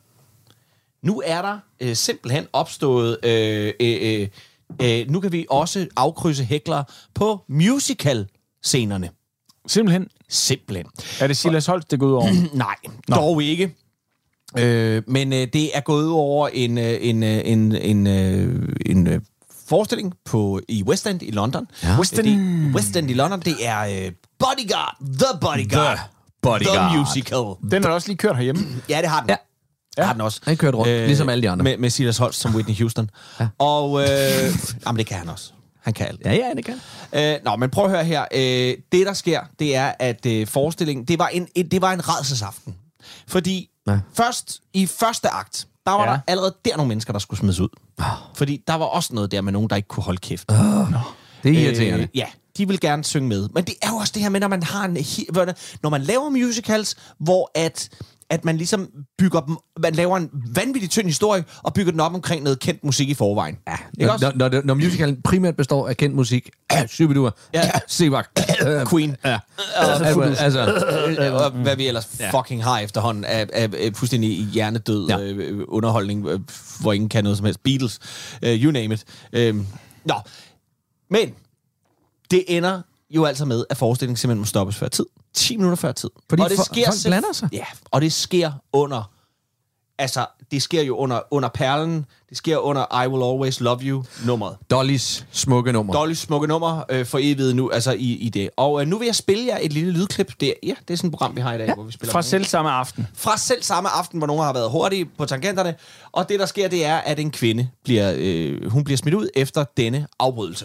nu er der øh, simpelthen opstået... Øh, øh, øh, øh, nu kan vi også afkrydse hæklere på musical-scenerne.
Simpelthen?
Simpelthen.
Er det Silas Holst, det går ud over?
Nej, Nå. dog ikke. Øh, men øh, det er gået over en, øh, en, øh, en, en, øh, en øh, forestilling på, i West End i London.
Ja. West End.
Det, West End i London, det er øh, Bodyguard, The Bodyguard.
The Bodyguard.
The Musical.
Den er også lige kørt herhjemme.
Ja, det har den.
Ja.
Ja. Har den også.
Han kørt rundt, øh, ligesom alle de andre.
Med, med Silas Holst som Whitney Houston. Ja. Og øh, jamen, det kan han også. Han kan alt.
Ja, ja, det kan.
Øh, nå, men prøv at høre her. Øh, det, der sker, det er, at øh, forestillingen, det var en, et, det var en rædselsaften. Fordi ja. først i første akt, der var ja. der allerede der nogle mennesker, der skulle smides ud. Oh. Fordi der var også noget der med nogen, der ikke kunne holde kæft.
Oh. No. Det er irriterende.
Øh, ja, de vil gerne synge med. Men det er jo også det her med, når man har en, når man laver musicals, hvor at at man ligesom bygger dem, man laver en vanvittig tynd historie, og bygger den op omkring noget kendt musik i forvejen. Ja,
når, når, når, når musicalen primært består af kendt musik, Sybidur,
ja.
Sebak,
Queen,
ja.
altså, altså, og hvad vi ellers fucking har efterhånden, af, af, af fuldstændig hjernedød ja. øh, underholdning, øh, hvor ingen kan noget som helst. Beatles, uh, you name it. Øh, nå, men det ender jo altså med, at forestillingen simpelthen må stoppes før tid. ti minutter før tid.
Fordi
og det
for,
sker
folk blander sig?
Ja, og det sker under... Altså, det sker jo under, under perlen. Det sker under I Will Always Love You-nummeret.
Dollys smukke nummer.
Dollys smukke nummer øh, for evigt nu, altså i, i det. Og øh, nu vil jeg spille jer et lille lydklip. Det, ja, det er sådan et program, vi har i dag, ja. hvor vi spiller...
Fra selv samme aften.
Fra selv samme aften, hvor nogen har været hurtige på tangenterne. Og det, der sker, det er, at en kvinde bliver, øh, hun bliver smidt ud efter denne afbrydelse.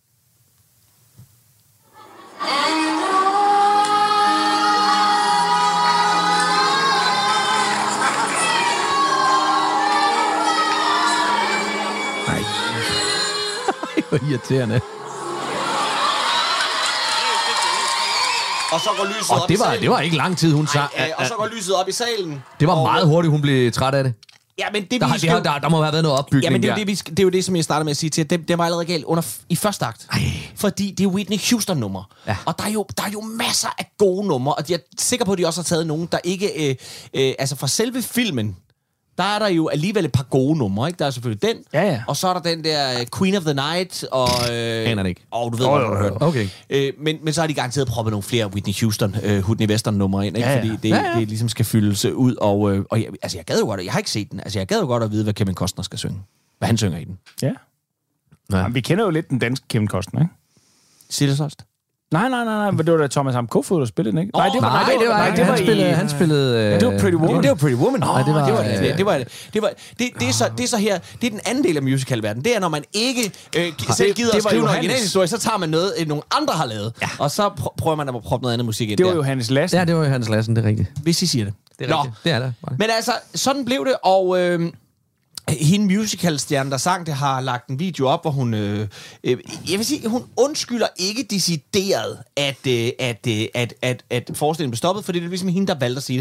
Hvor irriterende.
Og så går lyset
og
op
det
i
var,
salen.
det var ikke lang tid, hun sang.
Ej, og så går lyset op i salen.
Det var
og...
meget hurtigt, hun blev træt af det.
Ja, men det,
der,
vi
har,
skal...
der, der, der må have været noget opbygning.
Ja, men det er,
der.
jo det, vi skal, det er jo det, som jeg startede med at sige til. Det, det var allerede galt under, i første akt. Ej. Fordi det er Whitney Houston-nummer. Ja. Og der er, jo, der er jo masser af gode numre. Og jeg er sikker på, at de også har taget nogen, der ikke... Øh, øh, altså fra selve filmen, der er der jo alligevel et par gode numre, ikke? Der er selvfølgelig den,
ja, ja.
og så er der den der uh, Queen of the Night, og... Øh,
Aner det ikke.
Og du ved, oh, hvad du har hørt.
Okay.
Øh, men, men så har de garanteret proppet nogle flere Whitney Houston, uh, Whitney Western-numre ind, ikke? Ja, ja. Fordi det, ja, ja. det ligesom skal fyldes ud, og, øh, og jeg, altså jeg gad jo godt, jeg har ikke set den, altså jeg gad jo godt at vide, hvad Kevin Costner skal synge. Hvad han synger i den.
Ja. ja. Jamen, vi kender jo lidt den danske Kevin Costner, ikke?
Siger det så også?
Nej, nej, nej, nej, men det var da Thomas Ham Kofod, der spillede den, ikke?
Oh, nej, det var, nej, det var, nej, det var, han, spillede, han spillede...
Ja, det var Pretty Woman. Det var Pretty Woman.
Nej, det var...
det var det. Det var det. Det var det. Det er så det er så her. Det er den anden del af musicalverdenen. Det er når man ikke øh, selv gider at skrive en originalhistorie, så tager man noget, øh, nogle andre har lavet, ja. og så pr- prøver man at proppe noget andet musik ind.
Det var
der.
jo Johannes Lassen.
Ja, det var Johannes Lassen, det er rigtigt.
Hvis I siger det.
Det er rigtigt. Det er det.
Men altså, sådan blev det, og øh, hende musicalstjerne, der sang det, har lagt en video op, hvor hun... Øh, øh, jeg vil sige, hun undskylder ikke decideret, at, øh, at, øh, at, at, at forestillingen blev stoppet, for det er ligesom hende, der valgte at sige det.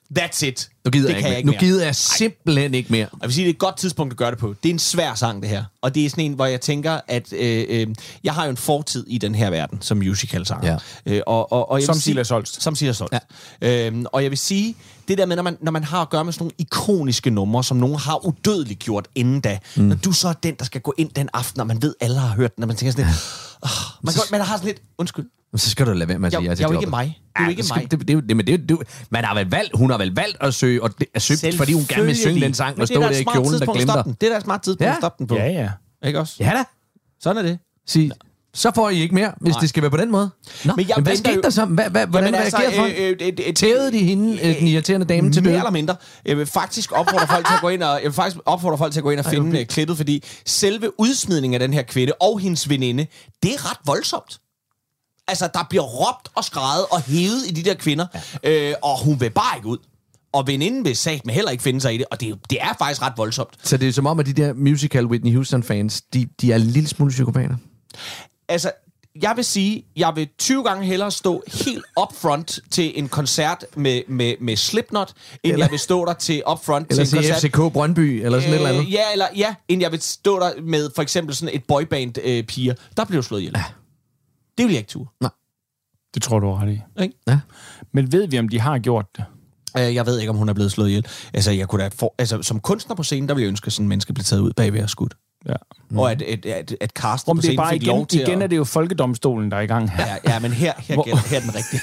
That's it.
Nu gider
det
jeg
kan
ikke,
jeg ikke
nu
mere.
gider jeg simpelthen ikke mere.
Jeg vil sige, det er et godt tidspunkt at gøre det på. Det er en svær sang, det her. Og det er sådan en, hvor jeg tænker, at øh, øh, jeg har jo en fortid i den her verden som musicalsanger.
Ja.
Øh, og, og, og jeg
Som
vil sige-
Silas Holst.
Som Silas Holst. Ja. Øhm, og jeg vil sige, det der med, når man, når man har at gøre med sådan nogle ikoniske numre, som nogen har udødeligt gjort inden da. Mm. Når du så er den, der skal gå ind den aften, og man ved, alle har hørt den, og man tænker sådan lidt... Oh, man, går, man har sådan lidt... Undskyld.
Så skal du lade være med at sige
Jeg,
ja til
jeg er jo
jobbet.
ikke mig. Du er
Ja,
ikke
det skal-
mig.
Det, det, det, men det, det, man har vel valgt, hun har vel valgt at søge, og det er søgt, fordi hun gerne vil synge den sang,
Men
og
det er
stå
da
der
et
i
smart
kjolen, der
tidspunkt at
glimter.
stoppe den. Det er da et smart tidspunkt
Ja.
at stoppe den på.
Ja, ja.
Ikke også?
Ja da.
Sådan er det.
Sig, så får I ikke mere, hvis
Nej.
det skal være på den måde. Nå,
Men jeg
men hvad
venter
skete
jo-
der så? Hvad, hvad, hvordan
Jamen,
reagerede folk?
øh, øh, øh, øh,
Tævede de hende, øh, den irriterende dame, til
Mere
døde?
eller mindre. Jeg vil faktisk opfordre folk til at gå ind og, jeg vil faktisk opfordre folk til at gå ind og finde okay. klippet, fordi selve udsmidningen af den her kvinde og hendes veninde, det er ret voldsomt. Altså, der bliver råbt og skreget og hævet i de der kvinder, ja. øh, og hun vil bare ikke ud. Og veninden vil sagt med heller ikke finde sig i det, og det, er jo- det er faktisk ret voldsomt.
Så det er som om, at de der musical Whitney Houston-fans, de, de er en lille smule psykopater.
Altså, jeg vil sige, jeg vil tyve gange hellere stå helt up front til en koncert med, med, med Slipknot, end
Eller-
jeg vil stå der til up front
Eller
til en
se
koncert.
F C K Brøndby, eller sådan øh, et eller andet.
Ja, eller, ja, end jeg vil stå der med for eksempel sådan et boyband-piger. Øh, piger. Der blev slået ihjel. Ja. Det vil jeg ikke turde.
Det tror du er ret i.
Ikke?
Ja.
Men ved vi, om de har gjort det?
Øh, Jeg ved ikke, om hun er blevet slået ihjel. Altså, jeg kunne da for, altså, som kunstner på scenen, der ville jeg ønske, at sådan en menneske blev taget ud bagved og skudt.
Ja.
Mm. Og at, at, at, at Karsten
Om
på
det er
scenen
bare
fik lov
igen,
til
igen
at...
er det jo folkedomstolen, der er i gang her.
Ja, ja, men her, her,
Hvor-
gælder, her er den rigtige.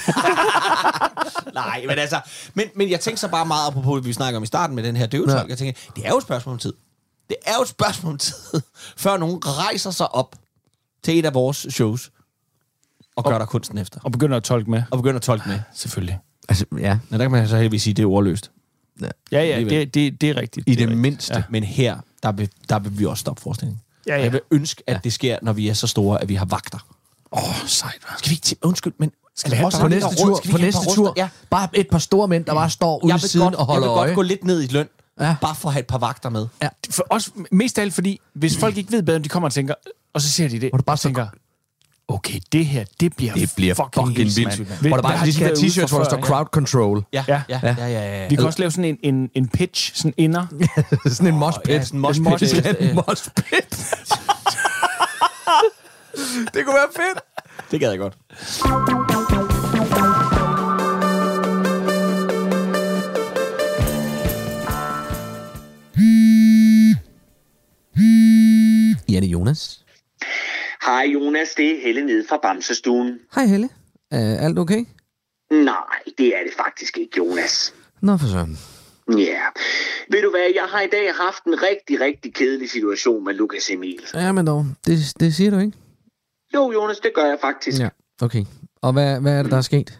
Nej, men altså... Men, men jeg tænker så bare meget, apropos, vi snakker om i starten med den her døvetolk.
Ja.
Jeg tænker, det er jo et spørgsmål om tid. Det er jo et spørgsmål om tid, før nogen rejser sig op til et af vores shows og gør der kunsten efter.
Og begynder at tolke med.
Og begynder at tolke med.
Selvfølgelig.
Altså, ja.
Men der kan man så heldigvis sige, at det er ordløst.
Ja, ja,
Alligevel.
det, det, det er rigtigt.
I
er
det
rigtigt.
mindste.
Ja.
Ja. Men her, der vil, der vil vi også stoppe forestillingen.
Ja,
Og
ja.
jeg vil ønske, at det sker, når vi er så store, at vi har vagter.
Åh, oh, sejt. hva'?
Skal vi ikke... Til, undskyld, men... Skal
vi have
også
På
På
have
næste
lidt
tur,
råd? Skal vi
på
ikke have
næste
et par
tur,
ruster? Ja.
bare et par store mænd, der bare står ude
Jeg
i
vil,
siden
godt,
og
jeg
holder
vil
øje.
godt gå lidt ned i løn,
Ja.
ja. bare for at have et par vagter med.
Ja.
For også mest af alt, fordi hvis folk ikke ved bedre, de kommer og tænker, og så ser de det,
Hvor du bare
og tænker, okay, det her, det bliver,
Det bliver fucking, fucking vildt.
mand.
Hvor der
Hvad
bare,
har
de skal have
været ude
t-shirts,
for
hvor der
før,
står crowd control.
Ja,
Ja.
ja, ja, ja. ja, ja.
Vi kan også lave sådan en, en, en pitch, sådan inder.
Sådan en mosh pit.
ja, sådan en mosh
En
pit.
Vi skal have
Ja.
en mosh pit. Det kunne være fedt.
Det gad jeg godt.
Ja, det er Jonas.
Hej Jonas, det er Helle nede fra Bamsestuen.
Hej Helle. Er alt okay?
Nej, det er det faktisk ikke, Jonas.
Nå for sådan.
Ja. Ved du hvad, jeg har i dag haft en rigtig, rigtig kedelig situation med Lukas Emil.
Ja, men dog. Det, det siger du ikke?
Jo, Jonas, det gør jeg faktisk.
Ja, okay. Og hvad, hvad er det, der er sket?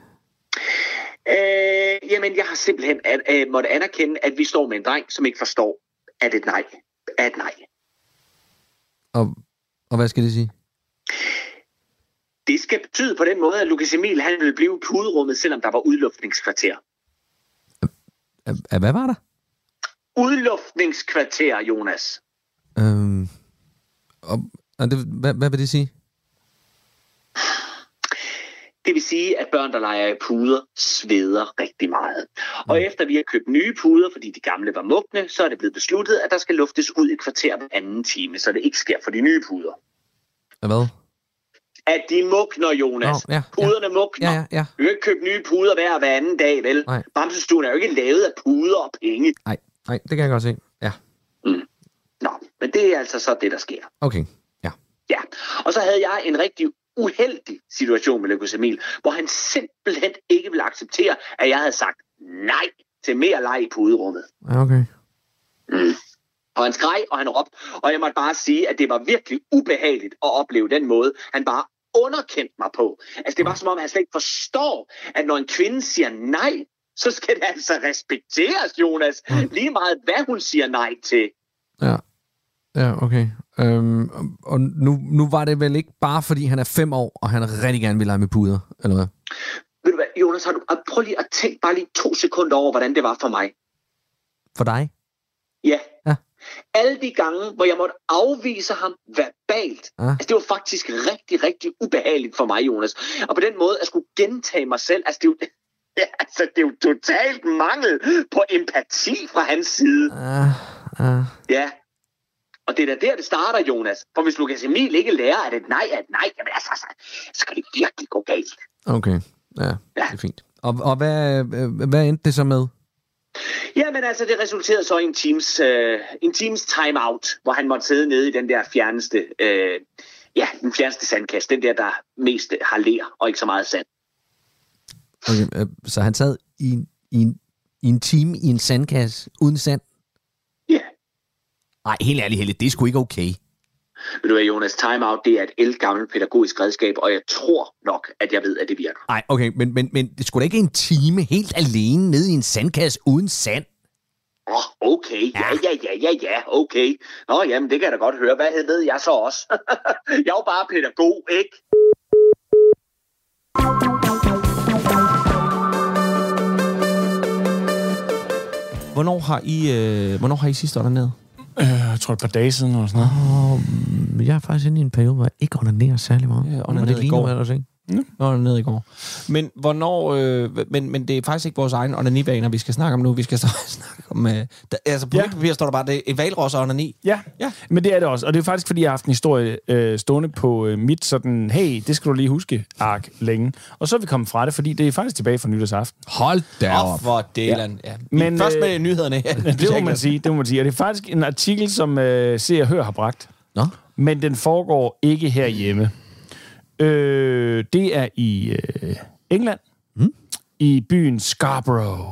Øh, jamen, jeg har simpelthen at, øh, måtte anerkende, at vi står med en dreng, som ikke forstår, at et nej er et nej.
Og, og hvad skal det sige?
Det skal betyde på den måde, at Lukas Emil han ville blive i puderummet, selvom der var udluftningskvarter.
At, at, hvad var der?
Udluftningskvarter, Jonas.
Øhm, og, og det, hvad, hvad vil det sige?
Det vil sige, at børn, der leger i puder, sveder rigtig meget. Og efter vi har købt nye puder, fordi de gamle var mugne, så er det blevet besluttet, at der skal luftes ud i kvarter hver anden time, så det ikke sker for de nye puder.
Hvad?
At de mugner, Jonas.
Nå, ja,
Puderne mugner.
Ja, ja, ja.
Du kan ikke købe nye puder hver hver anden dag, vel?
Nej.
Bamsestuen er jo ikke lavet af puder og penge.
Nej, nej, det kan jeg godt se. Ja,
Mm. Nå, men det er altså så det, der sker.
okay. Ja.
Ja, og så havde jeg en rigtig uheldig situation med Lukas Emil, hvor han simpelthen ikke ville acceptere, at jeg havde sagt nej til mere leg i puderummet.
Ja, okay.
Mm. Og han skreg, og han råbte, og jeg måtte bare sige, at det var virkelig ubehageligt at opleve den måde, han bare underkendte mig på. Altså, det var som om, han slet ikke forstår, at når en kvinde siger nej, så skal det altså respekteres, Jonas. Lige meget, hvad hun siger nej til.
Ja, ja, okay. Øhm, og nu, nu var det vel ikke bare, fordi han er fem år, og han rigtig gerne vil lege med puder, eller hvad?
Ved du hvad, Jonas, har du, prøv lige at tænke bare lige to sekunder over, hvordan det var for mig.
For dig?
Ja.
Ja.
Alle de gange, hvor jeg måtte afvise ham verbalt.
Ja.
Altså, det var faktisk rigtig, rigtig ubehageligt for mig, Jonas. Og på den måde, at skulle gentage mig selv. Altså, det er jo, Ja, altså, det er jo totalt mangel på empati fra hans side.
Uh, uh.
Ja. Og det er da der, det starter, Jonas. For hvis Lukas Emil ikke lærer, at et nej er et nej, jamen altså, så skal det virkelig gå galt.
Okay, ja, ja. Det er fint. Og, og hvad, hvad endte det så med?
Jamen altså, det resulterede så i en teams, øh, en teams timeout, hvor han måtte sidde nede i den der fjerneste, øh, ja, den fjerneste sandkasse. Den der, der mest har ler og ikke så meget sand.
Okay, øh, så han sad i en, i, en, i en time i en sandkasse uden sand?
Ja. Yeah.
Nej, helt ærligt, Helle, det er sgu ikke okay.
Ved du hvad, Jonas, timeout, det er et ældgammelt pædagogisk redskab, og jeg tror nok, at jeg ved, at det virker.
Nej, okay, men, men, men det skulle da ikke en time helt alene nede i en sandkasse uden sand?
Åh, oh, okay. Ja, ja, ja, ja, ja, okay. Nå, jamen, det kan jeg da godt høre. Hvad ved jeg så også? Jeg er jo bare pædagog, ikke?
Hvornår har I, øh, hvornår har I sidst ordnet?
Øh, jeg tror et par dage siden eller sådan noget.
Oh, jeg er faktisk inde i en periode, hvor jeg ikke onanerer særlig meget.
Ja, onanerede i går.
Eller
Mm. Ned i går. Men hvornår... Øh, men, men det er faktisk ikke vores egen onanivaner, vi skal snakke om nu. Vi skal så snakke om... Øh, der, altså på ja. Papir står der bare, det er et valros og onani.
Ja. ja, men det er det også. Og det er faktisk, fordi jeg har haft en historie øh, stående på øh, mit sådan, hey, det skal du lige huske, ark længe. Og så er vi kommet fra det, fordi det er faktisk tilbage fra nytårsaften.
Hold da op.
Oh, for delen. Ja. Ja. Men, først med øh, nyhederne. Ja,
det må man sige, det må man sige. Og det er faktisk en artikel, som øh, Se og Hør har bragt.
Nå?
Men den foregår ikke herhjemme. Øh, det er i øh, England, mm? i byen Scarborough.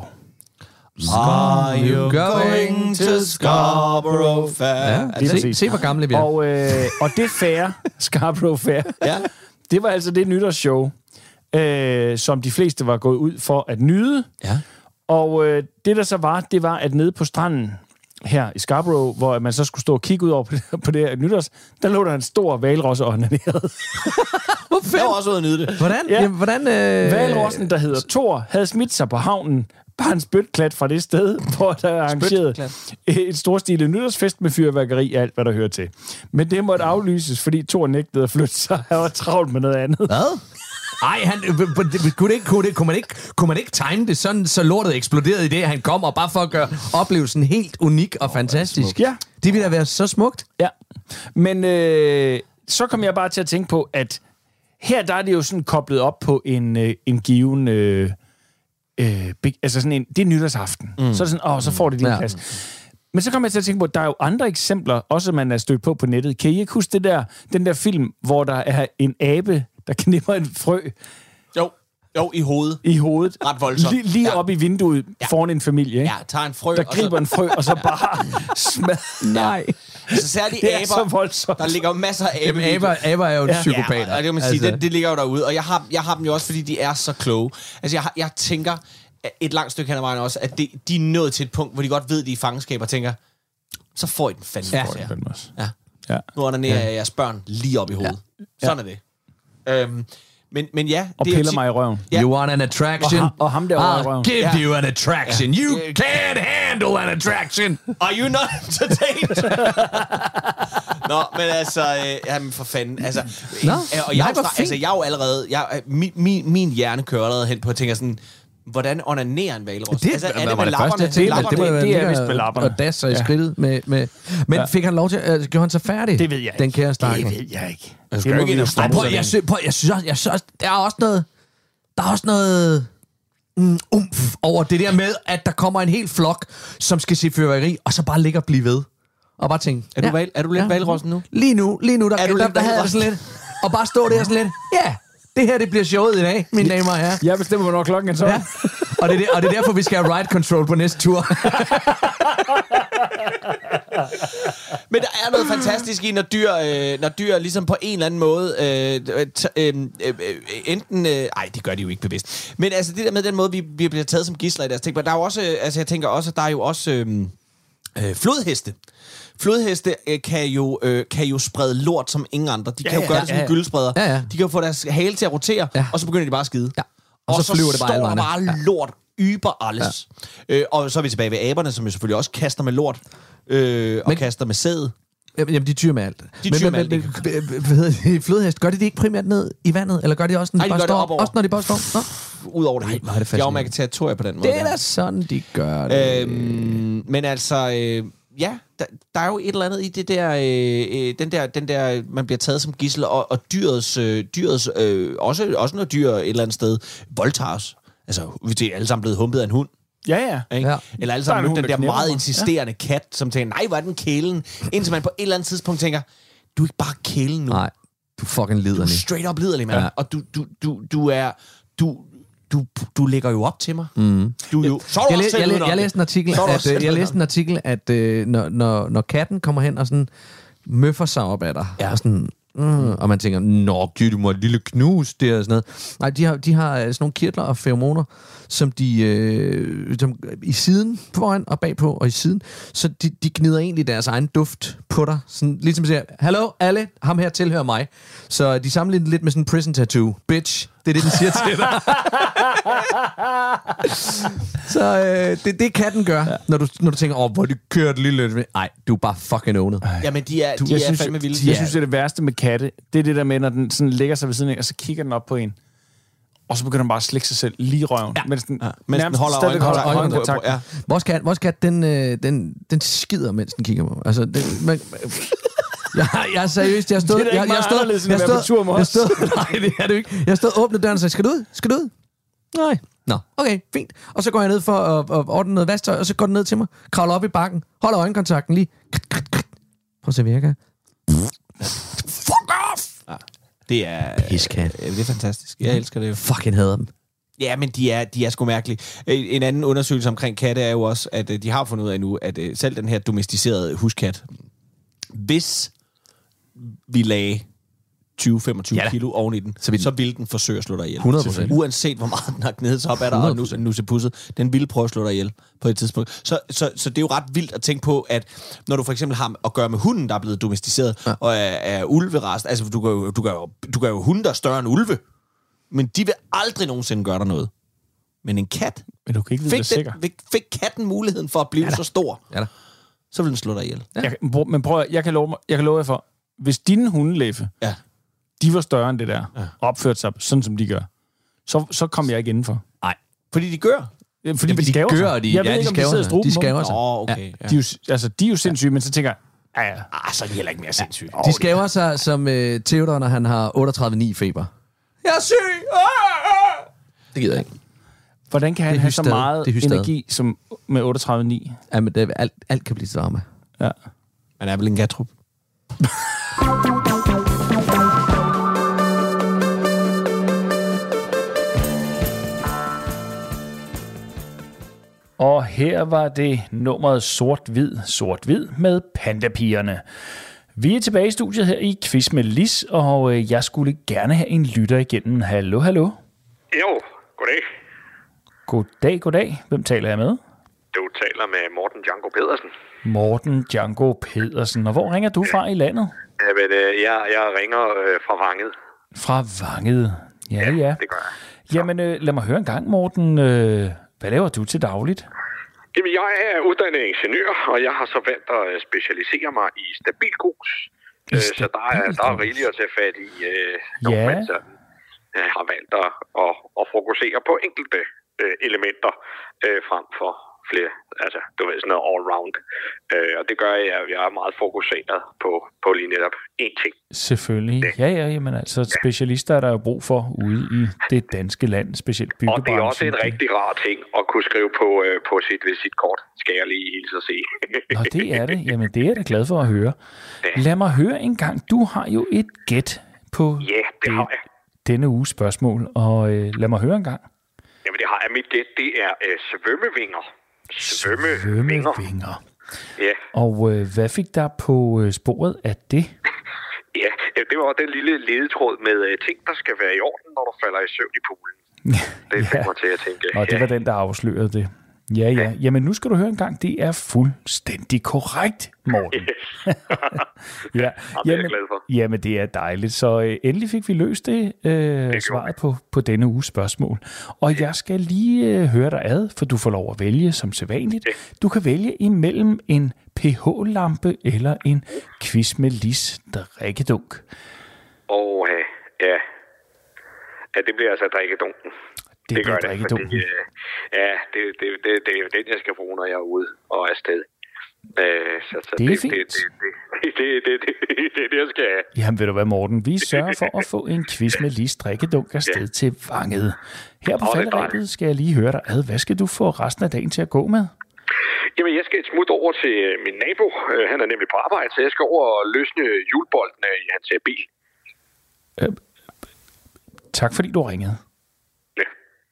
Are you going to Scarborough Fair?
Ja, det se, se, hvor gamle vi er.
Og, øh, og det fair, Scarborough Fair, ja. Det var altså det nytårsshow, øh, som de fleste var gået ud for at nyde.
Ja.
Og øh, det der så var, det var, at nede på stranden her i Scarborough, hvor man så skulle stå og kigge ud over på det, på det her nytårs, der lå der en stor hvalros og onaneret.
Jeg var også ude at nyde det.
Hvordan?
Ja.
Jamen, hvordan øh...
Hvalrossen, der hedder Thor, havde smidt sig på havnen, bare en spytklat fra det sted, hvor der er arrangeret et storstilet nytårsfest med fyrværkeri og alt, hvad der hører til. Men det måtte aflyses, fordi Thor nægtede at flytte sig. Han var travlt med noget andet.
Hvad? Ej, han, kunne, det ikke, kunne, det, kunne, man ikke, kunne man ikke time det sådan, så lortet eksploderede i det, han kommer, bare for at gøre oplevelsen helt unik og fantastisk.
Ja.
Det ville da være så smukt.
Ja, men øh, så kom jeg bare til at tænke på, at her der er det jo sådan koblet op på en, øh, en given... Øh, øh, altså sådan en... Det er nytårsaften. Mm. Så er det sådan, åh, så får det din ja. plads. Men så kommer jeg til at tænke på, at der er jo andre eksempler, også man er stødt på på nettet. Kan I ikke huske det der, den der film, hvor der er en abe, der knipper en frø?
Jo, jo, i hovedet.
I hovedet.
Ret voldsomt.
Lige, lige
ja.
op i vinduet ja. foran en familie, ikke?
Ja, tager en frø.
Der griber en frø, og så bare smadrer.
Nej. Altså særligt
det er
aber,
så voldsomt.
Der ligger jo masser af aber.
Jamen, aber, aber er jo ja. psykopater.
Ja, og det kan man sige, altså. det, det ligger jo derude. Og jeg har, jeg har dem jo også, fordi de er så kloge. Altså, jeg, jeg tænker et langt stykke hen ad vejen også, at det, de er nået til et punkt, hvor de godt ved, de er i fangenskab, og tænker, så får I den fandme.
Ja,
for jer.
Ja.
Ja. Nu onanerer jeg jeres børn lige op i hovedet. Ja. Sådan er det. Øhm, men, men ja...
Og
det
piller
er,
mig i røven.
Ja. You want an attraction?
Og ham, og ham der
I'll
i røven.
give
ja.
you an attraction.
Ja.
You can't handle an attraction.
Are you not entertained? Nå, men altså... Øh, jamen, for fanden. Altså,
Nå,
øh, og jeg,
nej,
fra, altså, jeg er jo allerede... Jeg, min, min, min hjerne kører allerede hen på at tænke sådan... Hvordan onanerer en hvalros?
Det,
altså, er
det
med lapperne?
Det, det, det, det,
det er vist med lapperne.
Og dasser i skridtet med... med. Men ja. fik han lov til... Uh, gjorde han så færdig?
Det ved jeg ikke.
Den kære stakke.
Det ved jeg ikke.
Jeg skal ikke ind og stoppe.
Jeg synes, jeg synes også... Jeg synes også der er også noget... Der er også noget... Mm, umf over det der med, at der kommer en hel flok, som skal se fyrværkeri, og så bare ligge og blive ved. Og bare tænke...
Er du, ja, valg, er du lidt ja. valrossen nu?
Lige nu, lige nu, der,
er du
der, der, der havde jeg sådan lidt... Og bare stå der sådan lidt... Ja, det her, det bliver showet i dag, mine damer og herrer.
Jeg bestemmer, hvornår klokken er så. Ja.
Og, det er, og det er derfor, vi skal have ride control på næste tur.
Men der er noget fantastisk i, når dyr, øh, når dyr ligesom på en eller anden måde, øh, t- øh, øh, enten... Øh, ej, det gør de jo ikke bevidst. Men altså, det der med den måde, vi, vi bliver taget som gidsler i deres ting. Der er jo også, øh, altså jeg tænker også, at der er jo også øh, øh, flodheste. Flodheste øh, kan, jo, øh, kan jo sprede lort som ingen andre. De kan ja, jo gøre ja, det som ja, ja. gyldespreder. Ja, ja. De kan jo få deres hale til at rotere, ja. og så begynder de bare at skide. Ja. Og, og så, så flyver det bare står der bare ja. lort yber alles. Ja. Øh, og så er vi tilbage ved aberne, som jo selvfølgelig også kaster med lort. Øh, og men, kaster med sæd.
Jamen, de tyr med alt.
De
men,
tyr
men,
med
alt. Men, flodhest, gør de det ikke primært ned i vandet? Eller gør de også, når de, Ej, de bare står? Også når de bare står? Nå?
ud over det
Nej,
hele.
hvor er det
De er jo
fascinerende.
territorier på den måde.
Det er da sådan, de gør det.
Øhm, men altså, øh, ja, der, der er jo et eller andet i det der, øh, den der, den der, man bliver taget som gidsel, og, og dyrets, øh, dyrets øh, også, også når dyr et eller andet sted voldtages. Altså, hvis de er alle sammen blevet humpet af en hund.
Ja, ja.
Ikke?
Ja.
Eller alle
Der er
sammen
en
mødt
hund,
den
der
der
knæpper
meget
mig.
insisterende ja. kat, som tænker, nej, hvor er den kælen? Indtil man på et eller andet tidspunkt tænker, du er ikke bare kælen nu.
Nej, du er fucking
Du er
liderlig.
straight up liderlig, mand.
Ja.
Ja. Og du, du, du, du er... Du, du, du lægger jo op til mig.
Mm.
Du er jo... Så er du
Jeg,
også
læ-
selv
jeg, læ-
udenom
jeg
det.
læste en artikel,
Så er du
at,
også
øh,
selv
jeg læste
udenom
en artikel, at øh, når, når, når katten kommer hen og sådan møffer sig op af dig,
Ja.
og, sådan, mm, og man tænker, nå, giv du mig et lille knus der og sådan noget. Nej, de har, de har sådan nogle kirtler og feromoner, som de øh, som, i siden, foran og bagpå og i siden, så de, de gnider egentlig deres egen duft på dig. Sådan, ligesom siger, hallo alle, ham her tilhører mig. Så de sammenligner lidt med sådan en prison tattoo. Bitch, det er det, den siger til dig. Så øh, det, det katten gør, ja. når, du, når du tænker, åh, hvor de kører det lille. Nej, du er bare fucking ownet.
Jamen, de er, de
jeg
er
synes,
fandme vilde.
Jeg synes, det er det værste med katte. Det er det der med, når den sådan lægger sig ved siden af, og så kigger den op på en. Og så begynder den bare at slikke sig selv lige i røven.
Ja.
Mens den,
Ja. Mens den holder
stadigvæk
øjenkontakt.
holder
øjenkontakt.
øjenkontakt.
Ja.
Vores kat, vores kat den, øh, den, den skider, mens den kigger på mig. Altså, det, man, jeg, jeg er seriøst, jeg stod...
Det er da ikke
jeg, jeg
meget
stod,
anderledes, end
jeg
at være
stod,
på tur med
jeg
os.
stod, nej, det er det jo ikke. Jeg stod og åbnede døren og sagde, skal du ud? Skal du ud? Nej. Nå, okay, fint. Og så går jeg ned for at, at ordne noget vasktøj, og så går den ned til mig, kravler op i bakken, holder øjenkontakten lige. Prøv at se, virker. Fuck off!
Ja. Det er...
Piskat.
Øh, det er fantastisk. Jeg elsker det.
Fucking hader dem.
Ja, men de er, de er sgu mærkelige. En anden undersøgelse omkring katte er jo også, at de har fundet ud af nu, at selv den her domesticerede huskat, hvis vi lagde tyve til femogtyve
Ja da.
kilo oven i den,
Så vil den-
så ville den forsøge at slå dig ihjel.
hundrede procent.
Uanset hvor meget den har gnedet sig op af dig, og nu, nu til pusset, den ville prøve at slå dig ihjel på et tidspunkt. Så, så, så det er jo ret vildt at tænke på, at når du for eksempel har at gøre med hunden, der er blevet domesticeret, ja. og er, er ulverast, altså du gør, jo, du, gør jo, du gør jo hunde, der er større end ulve, men de vil aldrig nogensinde gøre dig noget. Men en kat,
Men du kan ikke vide
fik,
det sikkert.
den, fik, fik katten muligheden for at blive
Ja
så stor,
Ja da.
så vil den slå dig ihjel.
Ja. Jeg, kan- prøv- men prøv at- jeg kan love, mig- jeg kan love jer for, hvis dine hundelæffe,
Ja.
de var større end det der,
Ja.
ja. og opførte sig sådan, som de gør, så, så kom jeg ikke indenfor.
Nej.
Fordi de gør.
Fordi, fordi
de
de skæver
gør,
sig.
de-
Jeg ved
ja, de
ikke, om de
skæver
sidder i
sig.
struben
De
på
skæver
dem.
sig.
Åh, okay. Ja.
De er, jo, altså, de er jo sindssyge, men så tænker jeg, ja, ja.
Ah, så er de heller ikke mere sindssyge.
De skæver sig som øh, Theodor, når han har otteogtredive komma ni feber.
Jeg er syg! Ah, ah.
Det gider jeg ikke.
Hvordan kan han
Det er
have så
hysteri.
meget
Det er hysteri.
energi som med otteogtredive komma ni?
Ja, men det, alt, alt kan blive til drama.
Ja.
Man er vel en gatrup.
Og her var det nummeret Sort-Hvid, Sort-Hvid med Pandapigerne. Vi er tilbage i studiet her i Quiz med Lis, og øh, jeg skulle gerne have en lytter igennem. Hallo, hallo.
Jo, goddag.
Goddag, goddag. Hvem taler jeg med?
Du taler med Morten Django Pedersen.
Morten Django Pedersen. Og hvor ringer du fra i landet?
Jamen, øh, jeg, jeg ringer øh, fra Vanget.
Fra Vanget. Ja, ja.
Det gør jeg.
Jamen, øh, lad mig høre en gang, Morten. Øh, hvad laver du til dagligt?
Jamen, jeg er uddannet ingeniør, og jeg har så valgt at øh, specialisere mig i stabilgrus.
I
Øh, så der er, der er rigeligt at tage fat i, øh, når
Ja.
man sådan, øh, har valgt at, at, at fokusere på enkelte øh, elementer øh, frem for flere. Altså, du ved, sådan noget all-round. Øh, og det gør jeg, at jeg er meget fokuseret på, på lige netop én ting.
Selvfølgelig. Ja, ja, jamen altså, specialister er der jo brug for ude i det danske land, specielt
Og
byggebranchen.
det er også en rigtig rar ting at kunne skrive på, øh, på sit visitkort, skal jeg lige hilse at sige.
Nå, det er det. Jamen, det er jeg da glad for at høre. Lad mig høre en gang. Du har jo et gæt på
Ja, det har jeg.
denne uges spørgsmål, og øh, lad mig høre en gang.
Jamen, det har jeg. Mit gæt, det er øh, svømmevinger. Svømmevinger.
Svømmevinger.
Ja.
Og øh, hvad fik der på øh, sporet af det?
Ja, det var den lille ledetråd med øh, ting, der skal være i orden, når du falder i søvn i poolen. Det fik mig til at tænke.
Og det var den, der afslørede det. Ja, ja. Jamen, nu skal du høre en gang. Det er fuldstændig korrekt, Morten.
Yes.
Ja,
Jamen, det er jeg glad for.
Jamen, det er dejligt. Så øh, endelig fik vi løst det, øh, svaret på, på denne uges spørgsmål. Og jeg skal lige øh, høre dig ad, for du får lov at vælge som sædvanligt. Du kan vælge imellem en pH-lampe eller en quiz med Lis drikkedunk.
Og øh, ja. Ja, det bliver altså drikkedunken.
Det,
det gør
det,
det, fordi, øh, ja, det, det, det, det er jo den, jeg skal bruge, når jeg er ude og er afsted. Øh, så, så
det er
det,
fint.
Det, det, det, det, det, det, det, det er det, jeg skal have.
Jamen ved du hvad, Morten? Vi sørger for at få en quiz med lige strikkedunk afsted ja. til Vanget. Her på falderæbet skal jeg lige høre dig ad. Hvad skal du få resten af dagen til at gå med?
Jamen, jeg skal et smut over til min nabo. Han er nemlig på arbejde, så jeg skal over og løsne hjulboltene i hans bil.
Øh, tak fordi du ringede.
Ja.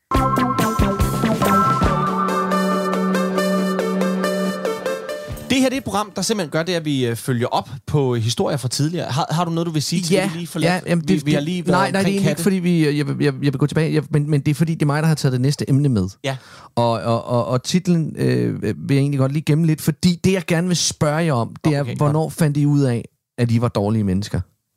Det her det er et program, der simpelthen gør det, at vi øh, følger op på historier fra tidligere. Har, har du noget, du vil sige til
ja,
det, vi lige forladt?
Ja, jamen, det,
vi, vi har lige været
nej, nej, det er ikke, fordi vi, jeg, jeg, jeg vil gå tilbage, jeg, men, men det er fordi, det er mig, der har taget det næste emne med.
Ja.
Og, og, og, og titlen øh, vil jeg egentlig godt lige gemme lidt, fordi det, jeg gerne vil spørge jer om, det okay, er, hvornår godt. fandt I ud af, at I var dårlige mennesker?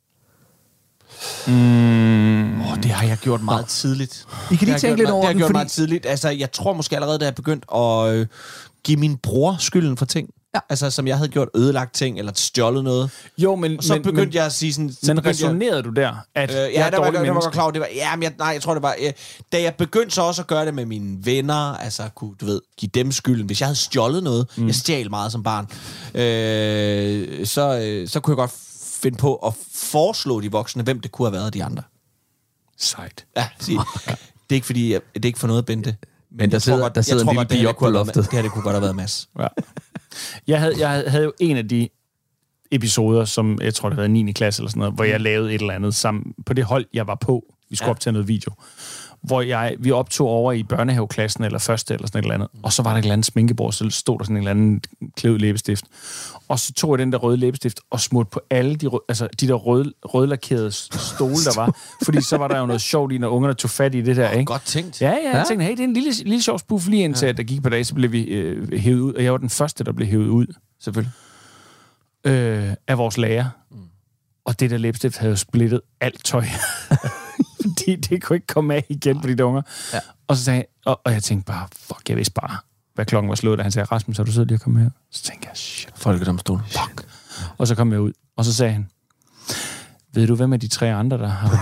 Mm. Oh, det har jeg gjort meget Nå. tidligt.
I kan lige tænke lidt over
det. Det har jeg gjort
fordi...
meget tidligt. Altså, jeg tror måske allerede, da jeg begyndte at øh, give min bror skylden for ting. Ja. Altså, som jeg havde gjort, ødelagt ting, eller stjålet noget.
Jo, men...
Og så
men,
begyndte
men,
jeg at sige sådan...
Men resonerede jeg, du der, at øh, ja, jeg er
der var,
dårlig
der var
menneske?
klar, det var... Ja, men jeg, nej, jeg tror, det var... Øh, da jeg begyndte så også at gøre det med mine venner, altså kunne, du ved, give dem skylden. Hvis jeg havde stjålet noget, mm. jeg stjal meget som barn, øh, så, øh, så kunne jeg godt finde på at foreslå de voksne, hvem det kunne have været de andre.
Sejt.
Ja, sige. Det er ikke fordi, jeg, det er ikke for noget, Bente.
Men, men der sidder, godt, der sidder en lille pige op på loftet.
Det her, det kunne godt have været Mads.
Ja. Jeg havde, jeg havde jo en af de episoder, som jeg tror, det havde niende klasse eller sådan noget, hvor jeg lavede et eller andet sammen på det hold, jeg var på. Vi skulle ja. optage noget video. Hvor jeg, vi optog over i børnehaveklassen eller første eller sådan et eller andet. Og så var der et eller andet sminkebord, så stod der sådan en eller anden klædet læbestift. Og så tog jeg den der røde læbestift og smurte på alle de, rød, altså de der røde, rødlakerede stole, der var. Fordi så var der jo noget sjovt i, når ungerne tog fat i det der, ikke?
Godt tænkt.
Ja, ja, jeg tænkte, hey, det er en lille, lille sjov spuf lige indtil, ja. at der gik på dag, så blev vi øh, hævet ud. Og jeg var den første, der blev hævet ud, selvfølgelig, øh, af vores lærer. Mm. Og det der læbestift havde jo splittet alt tøj. Fordi det kunne ikke komme af igen på de unger. Ja. Og så sagde jeg, og, og jeg tænkte bare, fuck, jeg vidste bare, hvad klokken var slået, da han sagde, Rasmus, har du siddet lige og kommet her? Så tænkte jeg, shit.
Folkedomstolen.
Fuck. Og så kom jeg ud, og så sagde han, ved du, hvem af de tre andre, der har...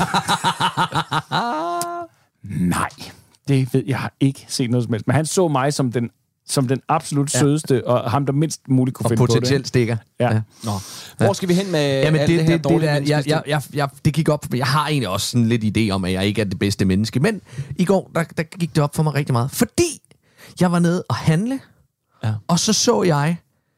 Nej, det ved jeg har ikke set noget som helst. Men han så mig som den som den absolut ja. sødeste, og ham, der mindst muligt kunne
og
finde på det.
Og potentielt stikker.
Ja. Ja.
Nå. Hvor skal vi hen med
Jamen,
alt
det,
det her
det,
dårlige
det, der, jeg, jeg, jeg, jeg, det gik op, jeg har egentlig også sådan lidt idé om, at jeg ikke er det bedste menneske. Men i går, der, der gik det op for mig rigtig meget. Fordi jeg var nede og handle, ja. og så så jeg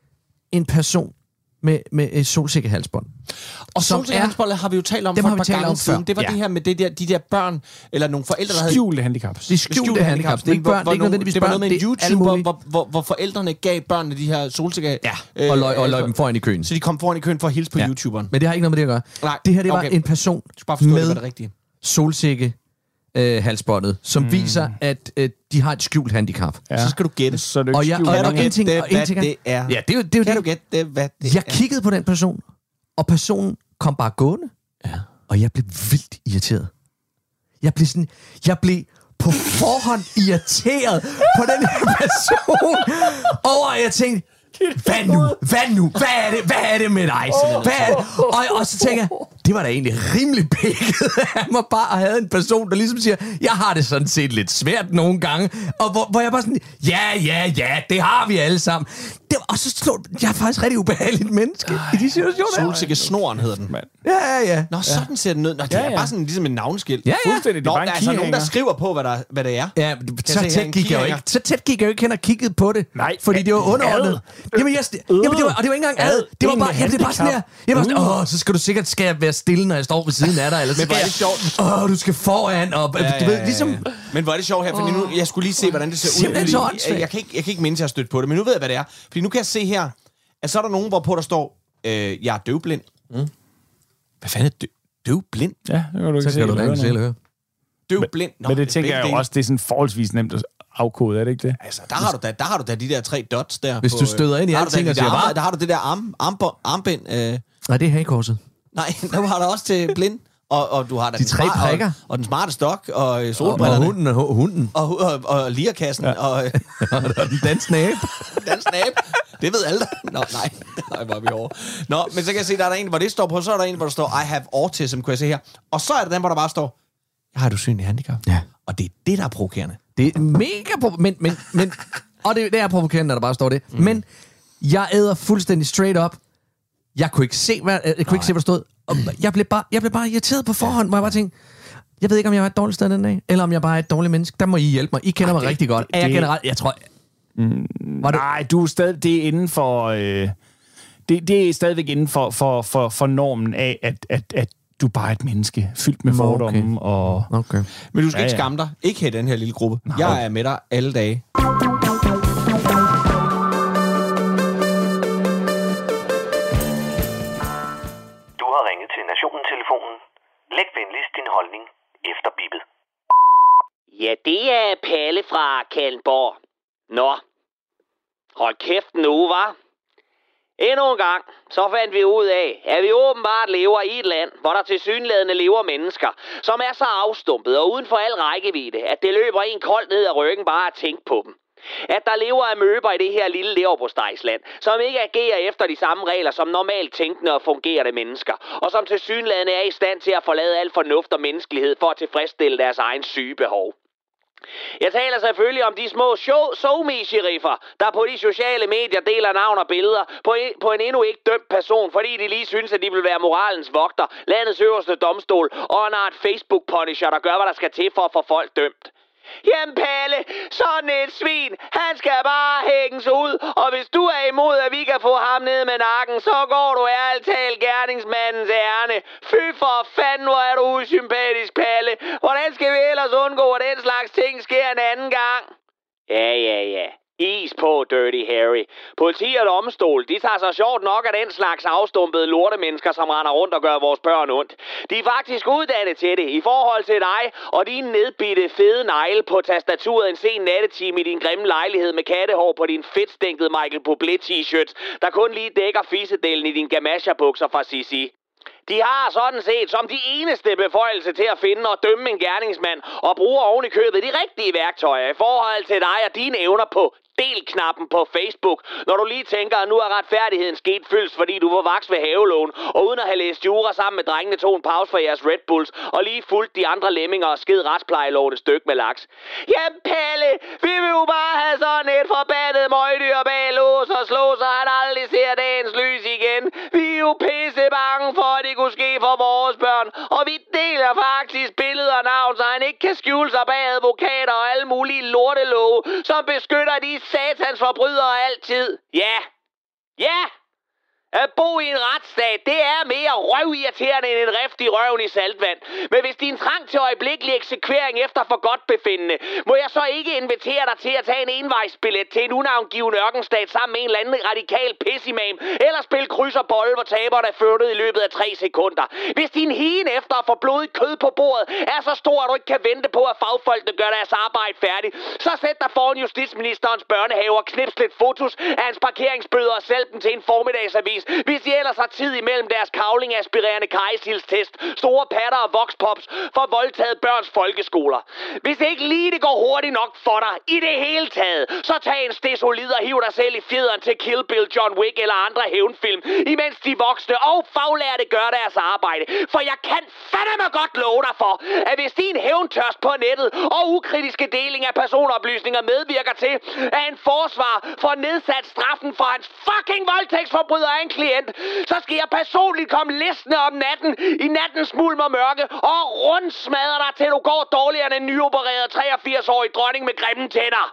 en person med, med et solsikkehalsbånd.
Og solsikkehalsbånd har vi jo talt om
Dem
for
et par gange
siden. Det var ja. det her med det der, de der børn, eller nogle forældre, der havde...
Skjulte handicaps.
De skjulte, skjulte handicaps. Det er ikke børn, det er ikke nødvendigvis
børn. Det var noget med en YouTuber, hvor,
hvor,
hvor forældrene gav børnene de her solsikke...
Ja, øh, og løg, og løg dem foran i køen.
Så de kom foran i køen for at hilse på ja. YouTuberen.
Men det har ikke noget med det at gøre.
Nej.
Det her, det var
okay.
en person
forstå,
med
det det rigtige.
solsikke øh, halsbåndet, som mm. viser, at øh, de har et skjult handicap.
Ja. Så skal du gætte.
Så det
og jeg, og, og en ting,
det,
og en ting,
det er.
Ja, det er jo det. Er
kan
det.
du gætte det, hvad det
jeg
er?
kiggede på den person, og personen kom bare gående, ja. og jeg blev vildt irriteret. Jeg blev sådan, jeg blev på forhånd irriteret på den her person, over at jeg tænkte, hvad nu? Hvad nu? Hvad er det, hvad er det med dig? Hvad er det? Og, og så tænker jeg, det var da egentlig rimelig pækket af mig bare at have en person, der ligesom siger, jeg har det sådan set lidt svært nogle gange. Og hvor, hvor jeg bare sådan, ja, ja, ja, det har vi alle sammen. Det, og så slår jeg er faktisk rigtig ubehageligt menneske Ej, i de situationer.
Solsikke snoren hedder den, mand.
Ja, ja, ja.
Nå, sådan ja. ser den ud. Nå, det ja, ja. er bare sådan ligesom en navneskilt.
Ja, ja.
Fuldstændig. Det er
Nå,
bare
der
en
er altså nogen, der skriver på, hvad, der, hvad det er.
Ja, så tæt, gik jeg jo ikke, så tæt gik jeg jo ikke hen og kiggede på det.
Nej.
Fordi det var underordnet. Jamen, jeg, jamen, det var, og det var ikke engang ad. Det var bare, jamen, det var bare sådan her. Jeg var sådan, åh, så skal du sikkert skal jeg være stille, når jeg står ved siden af dig. Eller så
men hvor er det sjovt.
Åh, du skal foran. Og,
ja,
du ved, ligesom...
Men hvor er det sjovt her, fordi nu, jeg skulle lige se, hvordan det ser ud.
Simpelthen så
jeg, jeg, kan ikke, jeg kan ikke minde til at støtte på det, men nu ved jeg, hvad det er. Fordi nu kan jeg se her, at så er der nogen, hvorpå der står, øh, jeg er døvblind. Mm. Hvad fanden er døv, døvblind?
Ja, det kan du ikke
så
se.
Så kan du ikke se eller høre.
Døvblind.
Men, men det tænker jeg jo også, det er sådan forholdsvis nemt at afkode, er det ikke det?
Altså, der har du da, der har du da de der tre dots der.
Hvis
på,
du støder ind i alting og siger,
hvad? Der har du det der arm, arm, armbind. Øh.
Nej, det er hagekorset.
Nej, der har du også til blind. Og, og du har da
de
den
tre
smarte,
prikker.
Og, og den smarte stok, og solbrillerne.
Og hunden. Og, hunden.
og, og, og lierkassen. Ja. Og,
og den dansk næb.
dansk næb. Det ved alle. Nå, nej. Nej, var vi over. Nå, men så kan jeg se, der er der en, hvor det står på. Så er der en, hvor der står, I have autism, kunne jeg se her. Og så er der den, hvor der bare står, jeg har et usynligt handicap.
Ja.
Og det er det, der er provokerende.
Det er mega provo- men, men, men, og det, det er provokerende, når der bare står det. Mm. Men jeg æder fuldstændig straight up. Jeg kunne ikke se, hvad, jeg kunne ikke se, hvad der stod. Og jeg blev bare, jeg blev bare irriteret på forhånd, hvor jeg bare tænkte, jeg ved ikke, om jeg var et dårligt sted den dag, eller om jeg bare er et dårligt menneske. Der må I hjælpe mig. I kender Ej, mig det, rigtig godt. Er jeg
det,
generelt, jeg tror...
Mm, nej, du er stadig, det er inden for... Øh, det, det er stadigvæk inden for, for, for, for normen af, at, at, at du bare er et menneske, fyldt med fordomme.
Okay.
Og...
Okay.
Men du skal
ja,
ikke
ja.
skamme dig. Ikke her i den her lille gruppe.
Nej.
Jeg er med dig alle dage.
Du har ringet til Nationen-telefonen. Læg venligst din holdning efter bippet.
Ja, det er Palle fra Kallenborg. Nå, hold kæft nu, hva'? Endnu en gang, så fandt vi ud af, at vi åbenbart lever i et land, hvor der tilsyneladende lever mennesker, som er så afstumpet og uden for al rækkevidde, at det løber en koldt ned ad ryggen bare at tænke på dem. At der lever amøber i det her lille leverpostejsland, som ikke agerer efter de samme regler som normalt tænkende og fungerende mennesker, og som tilsyneladende er i stand til at forlade al fornuft og menneskelighed for at tilfredsstille deres egen syge behov. Jeg taler selvfølgelig om de små SoMe-sheriffer, der på de sociale medier deler navn og billeder på en, på en endnu ikke dømt person, fordi de lige synes, at de vil være moralens vogter, landets øverste domstol og en art Facebook-punisher, der gør, hvad der skal til for at få folk dømt. Jamen Palle, sådan et svin, han skal bare hænges ud, og hvis du er imod, at vi kan få ham ned med nakken, så går du ærligt talt gerningsmandens ærne. Fy for fanden, hvor er du usympatisk, Palle. Hvordan skal vi ellers undgå, at den slags ting sker en anden gang? Ja, ja, ja. Is på, Dirty Harry. Politi og domstol, de tager sig sjovt nok af den slags afstumpede lortemennesker, som render rundt og gør vores børn ondt. De er faktisk uddannet til det, i forhold til dig og din nedbitte fede negle på tastaturet en sen nattetime i din grimme lejlighed med kattehår på din fedtstænkede Michael Bublé t-shirts, der kun lige dækker fisedelen i din gamasha-bukser fra Sissi. De har sådan set som de eneste beføjelse til at finde og dømme en gerningsmand og bruger oven i købet de rigtige værktøjer i forhold til dig og dine evner på del-knappen på Facebook, når du lige tænker, at nu er retfærdigheden sket fylds, fordi du var vaks ved havelån, og uden at have læst jura sammen med drengene tog en pause for jeres Red Bulls, og lige fulgte de andre lemminger og sked retsplejeloven et stykke med laks. Jamen Palle, vi vil jo bare have sådan et forbandet møgdyr bag lås og slå, så han aldrig ser dagens lys igen. Vi er jo pisse bange for, at det kunne ske for vores børn, og vi deler faktisk billeder og navn, så han ikke kan skjule sig bag advokater og alle mulige lortelove, som beskytter de satans forbrydere altid. Ja. Ja. At bo i en retsstat, det er mere røvirriterende end en rift i røven i saltvand. Men hvis din trang til øjeblikkelig eksekvering efter for godt befindende, må jeg så ikke invitere dig til at tage en envejsbillet til en unavngivende ørkenstat sammen med en eller anden radikal pissimam, eller spille kryds og bold, hvor taberne er førtet i løbet af tre sekunder. Hvis din higen efter at få blodigt kød på bordet er så stor, at du ikke kan vente på, at fagfolkene gør deres arbejde færdigt, så sæt dig foran justitsministerens børnehave og knips lidt fotos af hans parkeringsbøder og sælg dem til en formiddagsavis, hvis de ellers har tid imellem deres kavling-aspirerende kajsilstest, store patter og voxpops for voldtaget børns folkeskoler. Hvis ikke lige det går hurtigt nok for dig i det hele taget, så tag en stesolid og hiv dig selv i fjederen til Kill Bill, John Wick eller andre hævnfilm, imens de voksne og faglærte gør deres arbejde. For jeg kan fandme godt love dig for, at hvis din hævntørst på nettet og ukritiske deling af personoplysninger medvirker til, at en forsvar får nedsat straffen for hans fucking voldtægtsforbryder af en klient, så skal jeg personligt komme listende om natten i nattens mulm og mørke og rundsmadre dig, til du går dårligere end en nyopereret treogfirs-årig dronning med grimme tænder.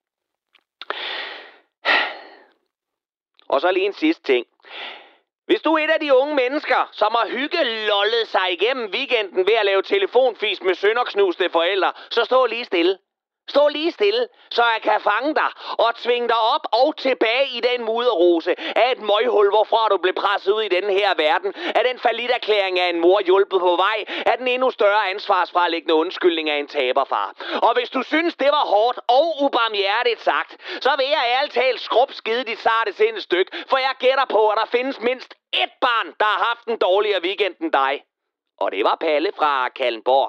Og så lige en sidste ting. Hvis du er et af de unge mennesker, som har hyggelollet sig igennem weekenden ved at lave telefonfis med sønderknuste forældre, så stå lige stille. Stå lige stille, så jeg kan fange dig og tvinge dig op og tilbage i den mudderrose af et møghul, hvorfra du blev presset ud i denne her verden, af den falliterklæring af en mor hjulpet på vej, af den endnu større ansvarsfralæggende undskyldning af en taberfar. Og hvis du synes, det var hårdt og ubarmhjertigt sagt, så vil jeg ærligt talt skrub skide dit sarte sind et stykke, for jeg gætter på, at der findes mindst ét barn, der har haft en dårligere weekend end dig. Og det var Palle fra Kallenborg.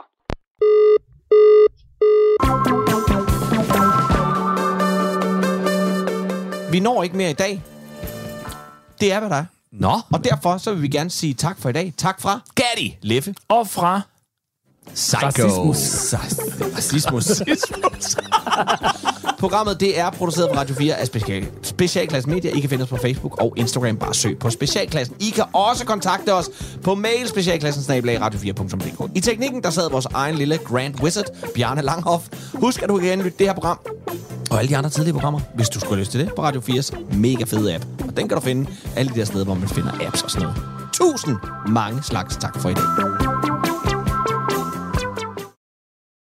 Vi når ikke mere i dag. Det er, hvad der er.
Nå.
Og derfor så vil vi gerne sige tak for i dag. Tak fra
Gatti,
Leffe
og fra
Psycho.
Racismus.
Racismus. Programmet det er produceret på Radio fire af Special, Specialklassen Media. I kan finde os på Facebook og Instagram. Bare søg på Specialklassen. I kan også kontakte os på mail specialklassen snabel-a radio fire punktum d k. I teknikken der sad vores egen lille Grand Wizard, Bjarne Langhoff. Husk, at du kan genlytte det her program og alle de andre tidlige programmer, hvis du skulle have lyst til det, på Radio fires mega fede app. Og den kan du finde alle de der steder, hvor man finder apps og sådan noget. Tusind mange slags tak for i dag.